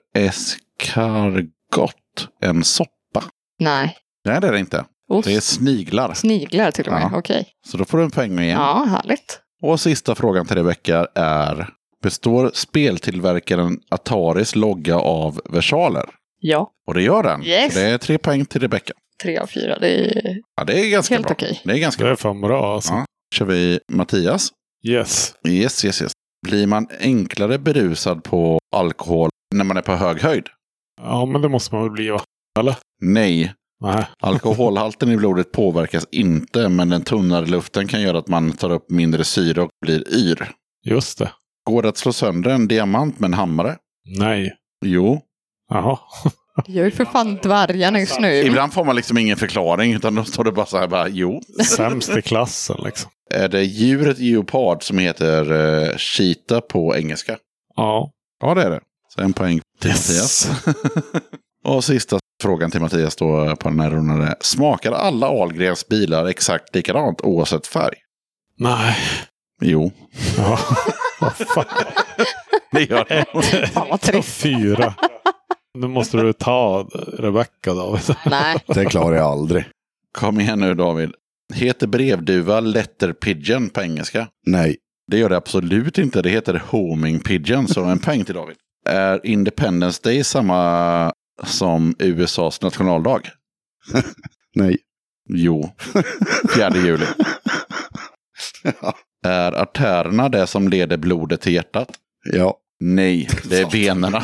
Speaker 2: escargot en soppa?
Speaker 1: Nej.
Speaker 2: Nej, det är det inte.
Speaker 1: Ost.
Speaker 2: Det är sniglar.
Speaker 1: Sniglar till och med.
Speaker 2: Ja.
Speaker 1: Okej.
Speaker 2: Så då får du en poäng igen.
Speaker 1: Ja, härligt.
Speaker 2: Och sista frågan till Rebecca är: består speltillverkaren Ataris logga av versaler?
Speaker 1: Ja,
Speaker 2: Och det gör den.
Speaker 1: Yes.
Speaker 2: Så det är 3 poäng till Rebecca.
Speaker 1: 3 av 4. Det är
Speaker 2: Ja, det är ganska
Speaker 1: helt
Speaker 2: bra.
Speaker 1: okej.
Speaker 2: Det är ganska
Speaker 5: Det är
Speaker 2: bra.
Speaker 5: fan bra alltså.
Speaker 2: Ja. Kör vi Mattias.
Speaker 5: Yes.
Speaker 2: Yes. Blir man enklare berusad på alkohol när man är på hög höjd?
Speaker 5: Ja, men det måste man väl bli, va? Eller?
Speaker 2: Nej.
Speaker 5: Nej.
Speaker 2: Alkoholhalten i blodet påverkas inte, men den tunnare luften kan göra att man tar upp mindre syre och blir yr.
Speaker 5: Just det.
Speaker 2: Går det att slå sönder en diamant med en hammare?
Speaker 5: Nej.
Speaker 2: Jo.
Speaker 5: Jaha.
Speaker 1: Det gör ju för fan dvärgarna i snö.
Speaker 2: Ibland får man liksom ingen förklaring, utan då står det bara så här, bara, jo.
Speaker 5: Sämst i klassen liksom.
Speaker 2: Är det djuret geopard som heter cheetah på engelska?
Speaker 5: Ja.
Speaker 2: Ja, det är det. Så 1 poäng till Mattias. Och sista frågan till Mattias då på den här rundan är: smakar alla Ahlgrens bilar exakt likadant oavsett färg?
Speaker 5: Nej.
Speaker 2: Jo,
Speaker 5: Ja. Vad fan.
Speaker 2: det gör det.
Speaker 1: Fan vad trist.
Speaker 5: 4. Nu måste du ta Rebecca, David.
Speaker 1: Nej.
Speaker 6: Det klarar jag aldrig.
Speaker 2: Kom igen nu, David. Heter brevduva letter pigeon på engelska?
Speaker 6: Nej.
Speaker 2: Det gör det absolut inte. Det heter homing pigeon, så 1 poäng till David. Är Independence Day samma som USAs nationaldag?
Speaker 6: Nej.
Speaker 2: Jo, 4 juli.
Speaker 6: Ja.
Speaker 2: Är artärerna det som leder blodet till hjärtat?
Speaker 6: Ja.
Speaker 2: Nej, det är venerna.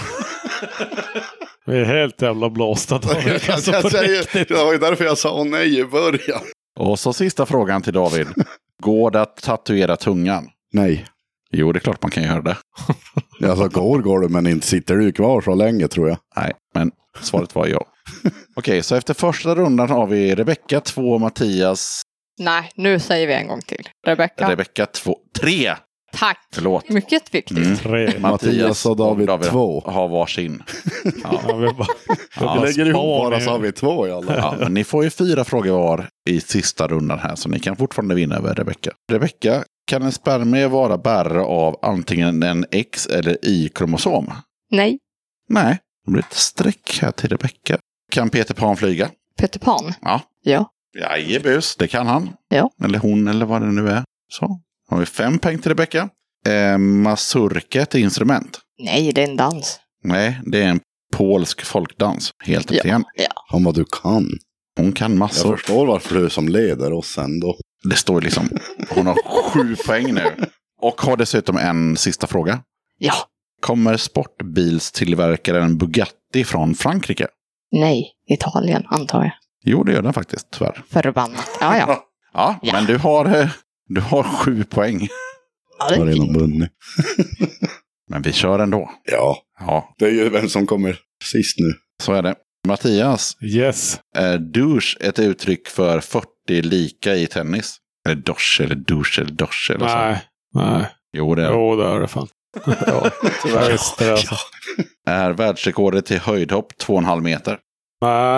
Speaker 5: Vi är helt jävla blåsta. David. Alltså, på riktigt.
Speaker 6: Det var ju därför jag sa nej i början.
Speaker 2: Och så sista frågan till David. Går det att tatuera tungan?
Speaker 6: Nej.
Speaker 2: Jo, det är klart man kan göra det.
Speaker 6: Alltså går du, men inte sitter du kvar så länge, tror jag.
Speaker 2: Nej, men svaret var ja. Okej, så efter första rundan har vi Rebecca 2, Mattias,
Speaker 1: Nej, nu säger vi en gång till. Rebecca.
Speaker 2: 2, 3.
Speaker 1: Tack.
Speaker 2: Förlåt.
Speaker 1: Mycket viktigt.
Speaker 5: 3.
Speaker 6: Mattias och David 2.
Speaker 2: har varsin. Ja.
Speaker 5: Ja, vi bara...
Speaker 2: Ja,
Speaker 6: Vi lägger ihop
Speaker 5: spar
Speaker 6: bara
Speaker 5: ner.
Speaker 6: så har vi 2 i alla fall.
Speaker 2: Ja, men ni får ju 4 frågor var i sista rundan här, så ni kan fortfarande vinna över Rebecca. Rebecca, kan en spermie vara bärare av antingen en X- eller Y-kromosom?
Speaker 1: Nej.
Speaker 2: Nej, det blir ett streck här till Rebecca. Kan Peter Pan flyga?
Speaker 1: Peter Pan.
Speaker 2: Ja.
Speaker 1: Ja.
Speaker 2: Jajebus, det kan han.
Speaker 1: Ja.
Speaker 2: Eller hon, eller vad det nu är. Så, har vi 5 poäng till Rebecca. Mazurka ett instrument?
Speaker 1: Nej, det är en dans.
Speaker 2: Nej, det är en polsk folkdans. Helt rätt igen.
Speaker 6: Om vad du kan.
Speaker 2: Hon kan
Speaker 6: Jag
Speaker 2: massor.
Speaker 6: förstår varför du är som leder oss ändå.
Speaker 2: Det står liksom, hon har 7 poäng nu. Och har dessutom en sista fråga.
Speaker 1: Ja.
Speaker 2: Kommer sportbilstillverkaren Bugatti från Frankrike?
Speaker 1: Nej, Italien antar jag.
Speaker 2: Jo, det gör den faktiskt, tyvärr.
Speaker 1: Förbannat. Ja, ja.
Speaker 2: Ja,
Speaker 1: Ja.
Speaker 2: men du har 7 poäng.
Speaker 1: Ja, det
Speaker 6: Har
Speaker 1: är
Speaker 6: redan
Speaker 1: fint.
Speaker 6: vunnit.
Speaker 2: Men vi kör ändå.
Speaker 6: Ja.
Speaker 2: Ja,
Speaker 6: Det är ju vem som kommer sist nu.
Speaker 2: så är det. Mattias,
Speaker 5: Yes.
Speaker 2: är douche ett uttryck för 40 lika i tennis? Eller douche eller så?
Speaker 5: Nej.
Speaker 2: Jo, det är.
Speaker 5: Jo, det är det fan.
Speaker 2: Ja.
Speaker 5: Jag visste det alltså.
Speaker 2: Är världsrekordet till höjdhopp 2,5 meter?
Speaker 5: Nej.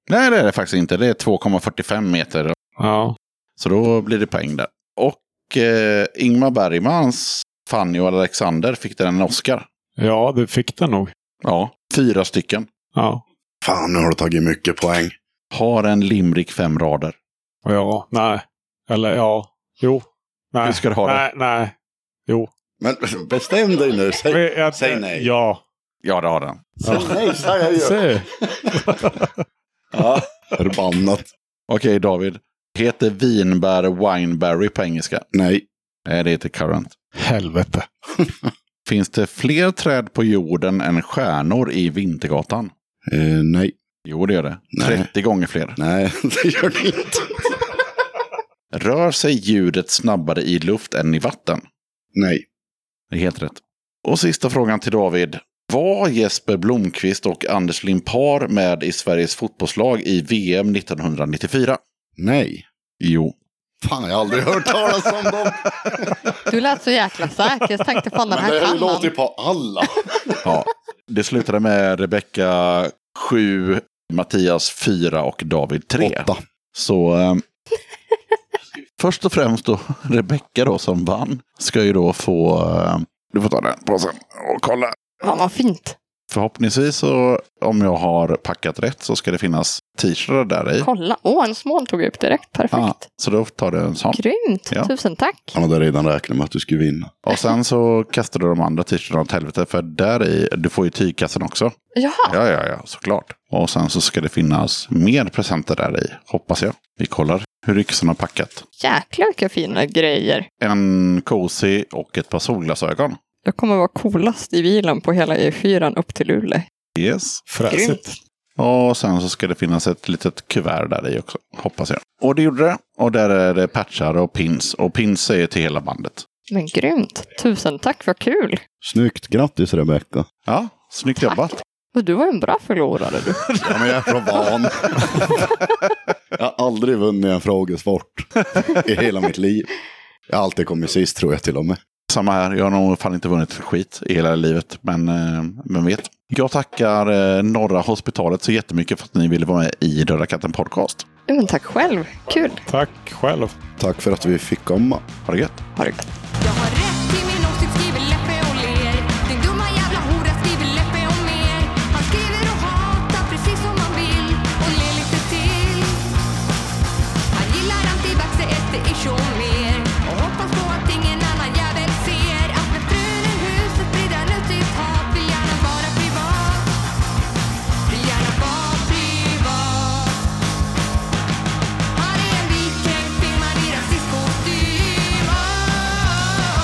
Speaker 2: Nej, det är det faktiskt inte. Det är 2,45 meter.
Speaker 5: Ja.
Speaker 2: Så då blir det poäng där. Och Ingmar Bergmans Fanny och Alexander fick den en Oscar.
Speaker 5: Ja, det fick den nog.
Speaker 2: Ja, 4 stycken.
Speaker 5: Ja.
Speaker 6: Fan, nu har du tagit mycket poäng.
Speaker 2: Har en limrik 5 rader.
Speaker 5: Ja, nej. Eller ja. Jo. Nej.
Speaker 2: Hur ska du ha det?
Speaker 5: Nej. Jo.
Speaker 6: Men bestäm dig nu. Säg nej.
Speaker 5: Ja.
Speaker 2: Ja, det har den.
Speaker 6: Säg nej, säger jag ju.
Speaker 5: Se.
Speaker 6: Ja, förbannat.
Speaker 2: Okej, David. Heter vinbär wineberry på engelska?
Speaker 6: Nej.
Speaker 2: Nej, det heter currant.
Speaker 5: Helvete.
Speaker 2: Finns det fler träd på jorden än stjärnor i Vintergatan?
Speaker 6: Nej.
Speaker 2: Jo, det gör det.
Speaker 6: Nej.
Speaker 2: 30 gånger fler.
Speaker 6: Nej, det gör det inte.
Speaker 2: Rör sig ljudet snabbare i luft än i vatten?
Speaker 6: Nej.
Speaker 2: Det är helt rätt. Och sista frågan till David. Var Jesper Blomqvist och Anders Limpar med i Sveriges fotbollslag i VM 1994?
Speaker 6: Nej.
Speaker 2: Jo.
Speaker 6: Fan, jag har aldrig hört talas om dem.
Speaker 1: Du lät så jäkla säker. Jag tänkte fan den
Speaker 6: Men
Speaker 1: här
Speaker 6: det har
Speaker 1: kan
Speaker 6: ju låtit
Speaker 1: han.
Speaker 6: på alla.
Speaker 2: Ja. Det slutade med Rebecka 7, Mattias 4 och David 3.
Speaker 6: 8.
Speaker 2: Så först och främst då Rebecka då som vann ska ju då få du får ta den påsen och kolla.
Speaker 1: Ja, vad fint.
Speaker 2: Förhoppningsvis så om jag har packat rätt så ska det finnas t-shirtar där i.
Speaker 1: Kolla. En smål tog jag upp direkt. Perfekt.
Speaker 2: Ja, så då tar du en sån.
Speaker 1: Grymt.
Speaker 2: Ja.
Speaker 1: Tusen tack.
Speaker 6: Han hade redan räknat med att du skulle vinna.
Speaker 2: Och sen så kastar du de andra t-shirtarna åt helvete för där i, du får ju tygkassen också.
Speaker 1: Jaha.
Speaker 2: Ja, såklart. Och sen så ska det finnas mer presenter där i, hoppas jag. Vi kollar hur Ryxen har packat.
Speaker 1: Jäklar vilka fina grejer.
Speaker 2: En cozy och ett par solglasögon.
Speaker 1: Jag kommer vara coolast i bilen på hela E4 upp till Luleå.
Speaker 2: Yes.
Speaker 5: Fräsigt.
Speaker 2: Och sen så ska det finnas ett litet kuvert där i också, hoppas jag. Och det gjorde det. Och där är det patchar och pins. Och pins är till hela bandet.
Speaker 1: Men grymt. Tusen tack, vad kul.
Speaker 6: Snyggt, grattis Rebecka.
Speaker 2: Ja, snyggt jobbat.
Speaker 1: Och du var en bra förlorare du.
Speaker 6: Ja, men jag är så van. Jag har aldrig vunnit en frågesport i hela mitt liv. Jag har alltid kommit sist tror jag till och med.
Speaker 2: Samma här, jag har nog fan inte vunnit skit i hela livet, men vem vet. Jag tackar Norra Hospitalet så jättemycket för att ni ville vara med i Döda katten podcast.
Speaker 1: Ja, men tack själv, kul.
Speaker 5: Tack själv.
Speaker 6: Tack för att vi fick komma.
Speaker 2: Ha det gött.
Speaker 1: Ha det gött.
Speaker 7: Jag har rätt till min åsikt, skriver Leppe och ler. Din dumma jävla hora skriver Leppe och mer. Han skriver och hatar precis som han vill och ler lite till. Han gillar antivaxxer, ish och mer och hoppas på att ingen annan jävel ser att med frun i huset sprider han ut sitt hat. Vill gärna vara privat. Vill gärna vara privat. Han är en vit kränkning, man i rasistkostym.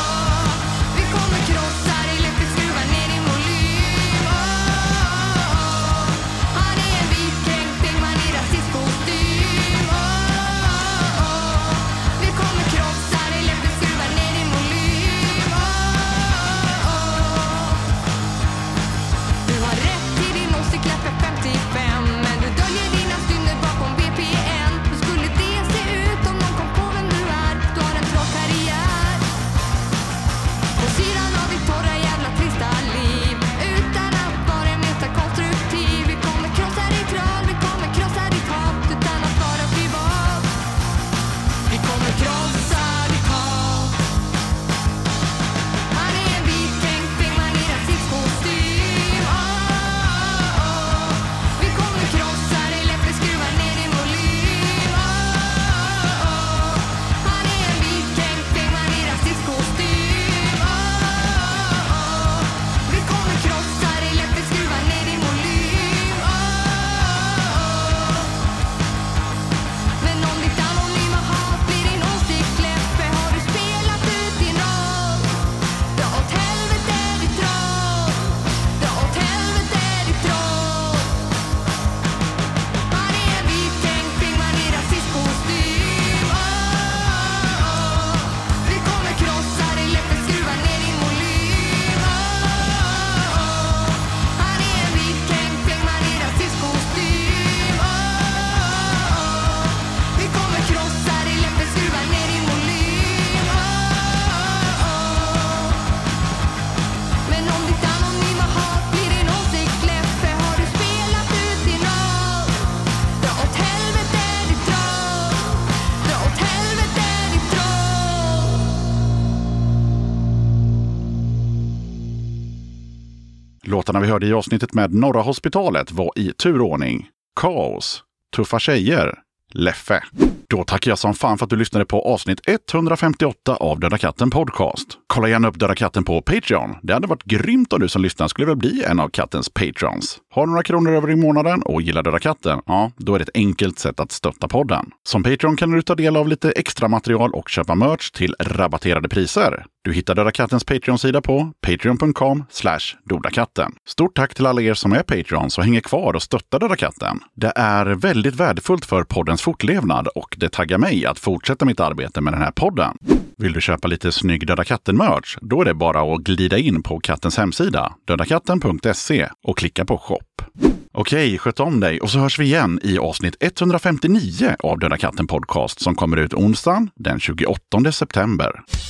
Speaker 2: Låtarna vi hörde i avsnittet med Norra Hospitalet var i turordning Kaos, Tuffa tjejer, Leffe. Då tackar jag som fan för att du lyssnade på avsnitt 158 av Döda katten podcast. Kolla gärna upp Döda katten på Patreon. Det hade varit grymt om du som lyssnar skulle väl bli en av kattens patrons. Har du några kronor över i månaden och gillar Döda katten? Ja, då är det ett enkelt sätt att stötta podden. Som Patreon kan du ta del av lite extra material och köpa merch till rabatterade priser. Du hittar Döda kattens Patreon-sida på patreon.com/dodakatten. Stort tack till alla er som är Patreons och hänger kvar och stöttar Döda katten. Det är väldigt värdefullt för poddens fortlevnad och det taggar mig att fortsätta mitt arbete med den här podden. Vill du köpa lite snygg Döda katten-merch? Då är det bara att glida in på kattens hemsida, dödakatten.se, och klicka på shop. Okej, sköt om dig och så hörs vi igen i avsnitt 159 av Döda katten podcast som kommer ut onsdagen den 28 september.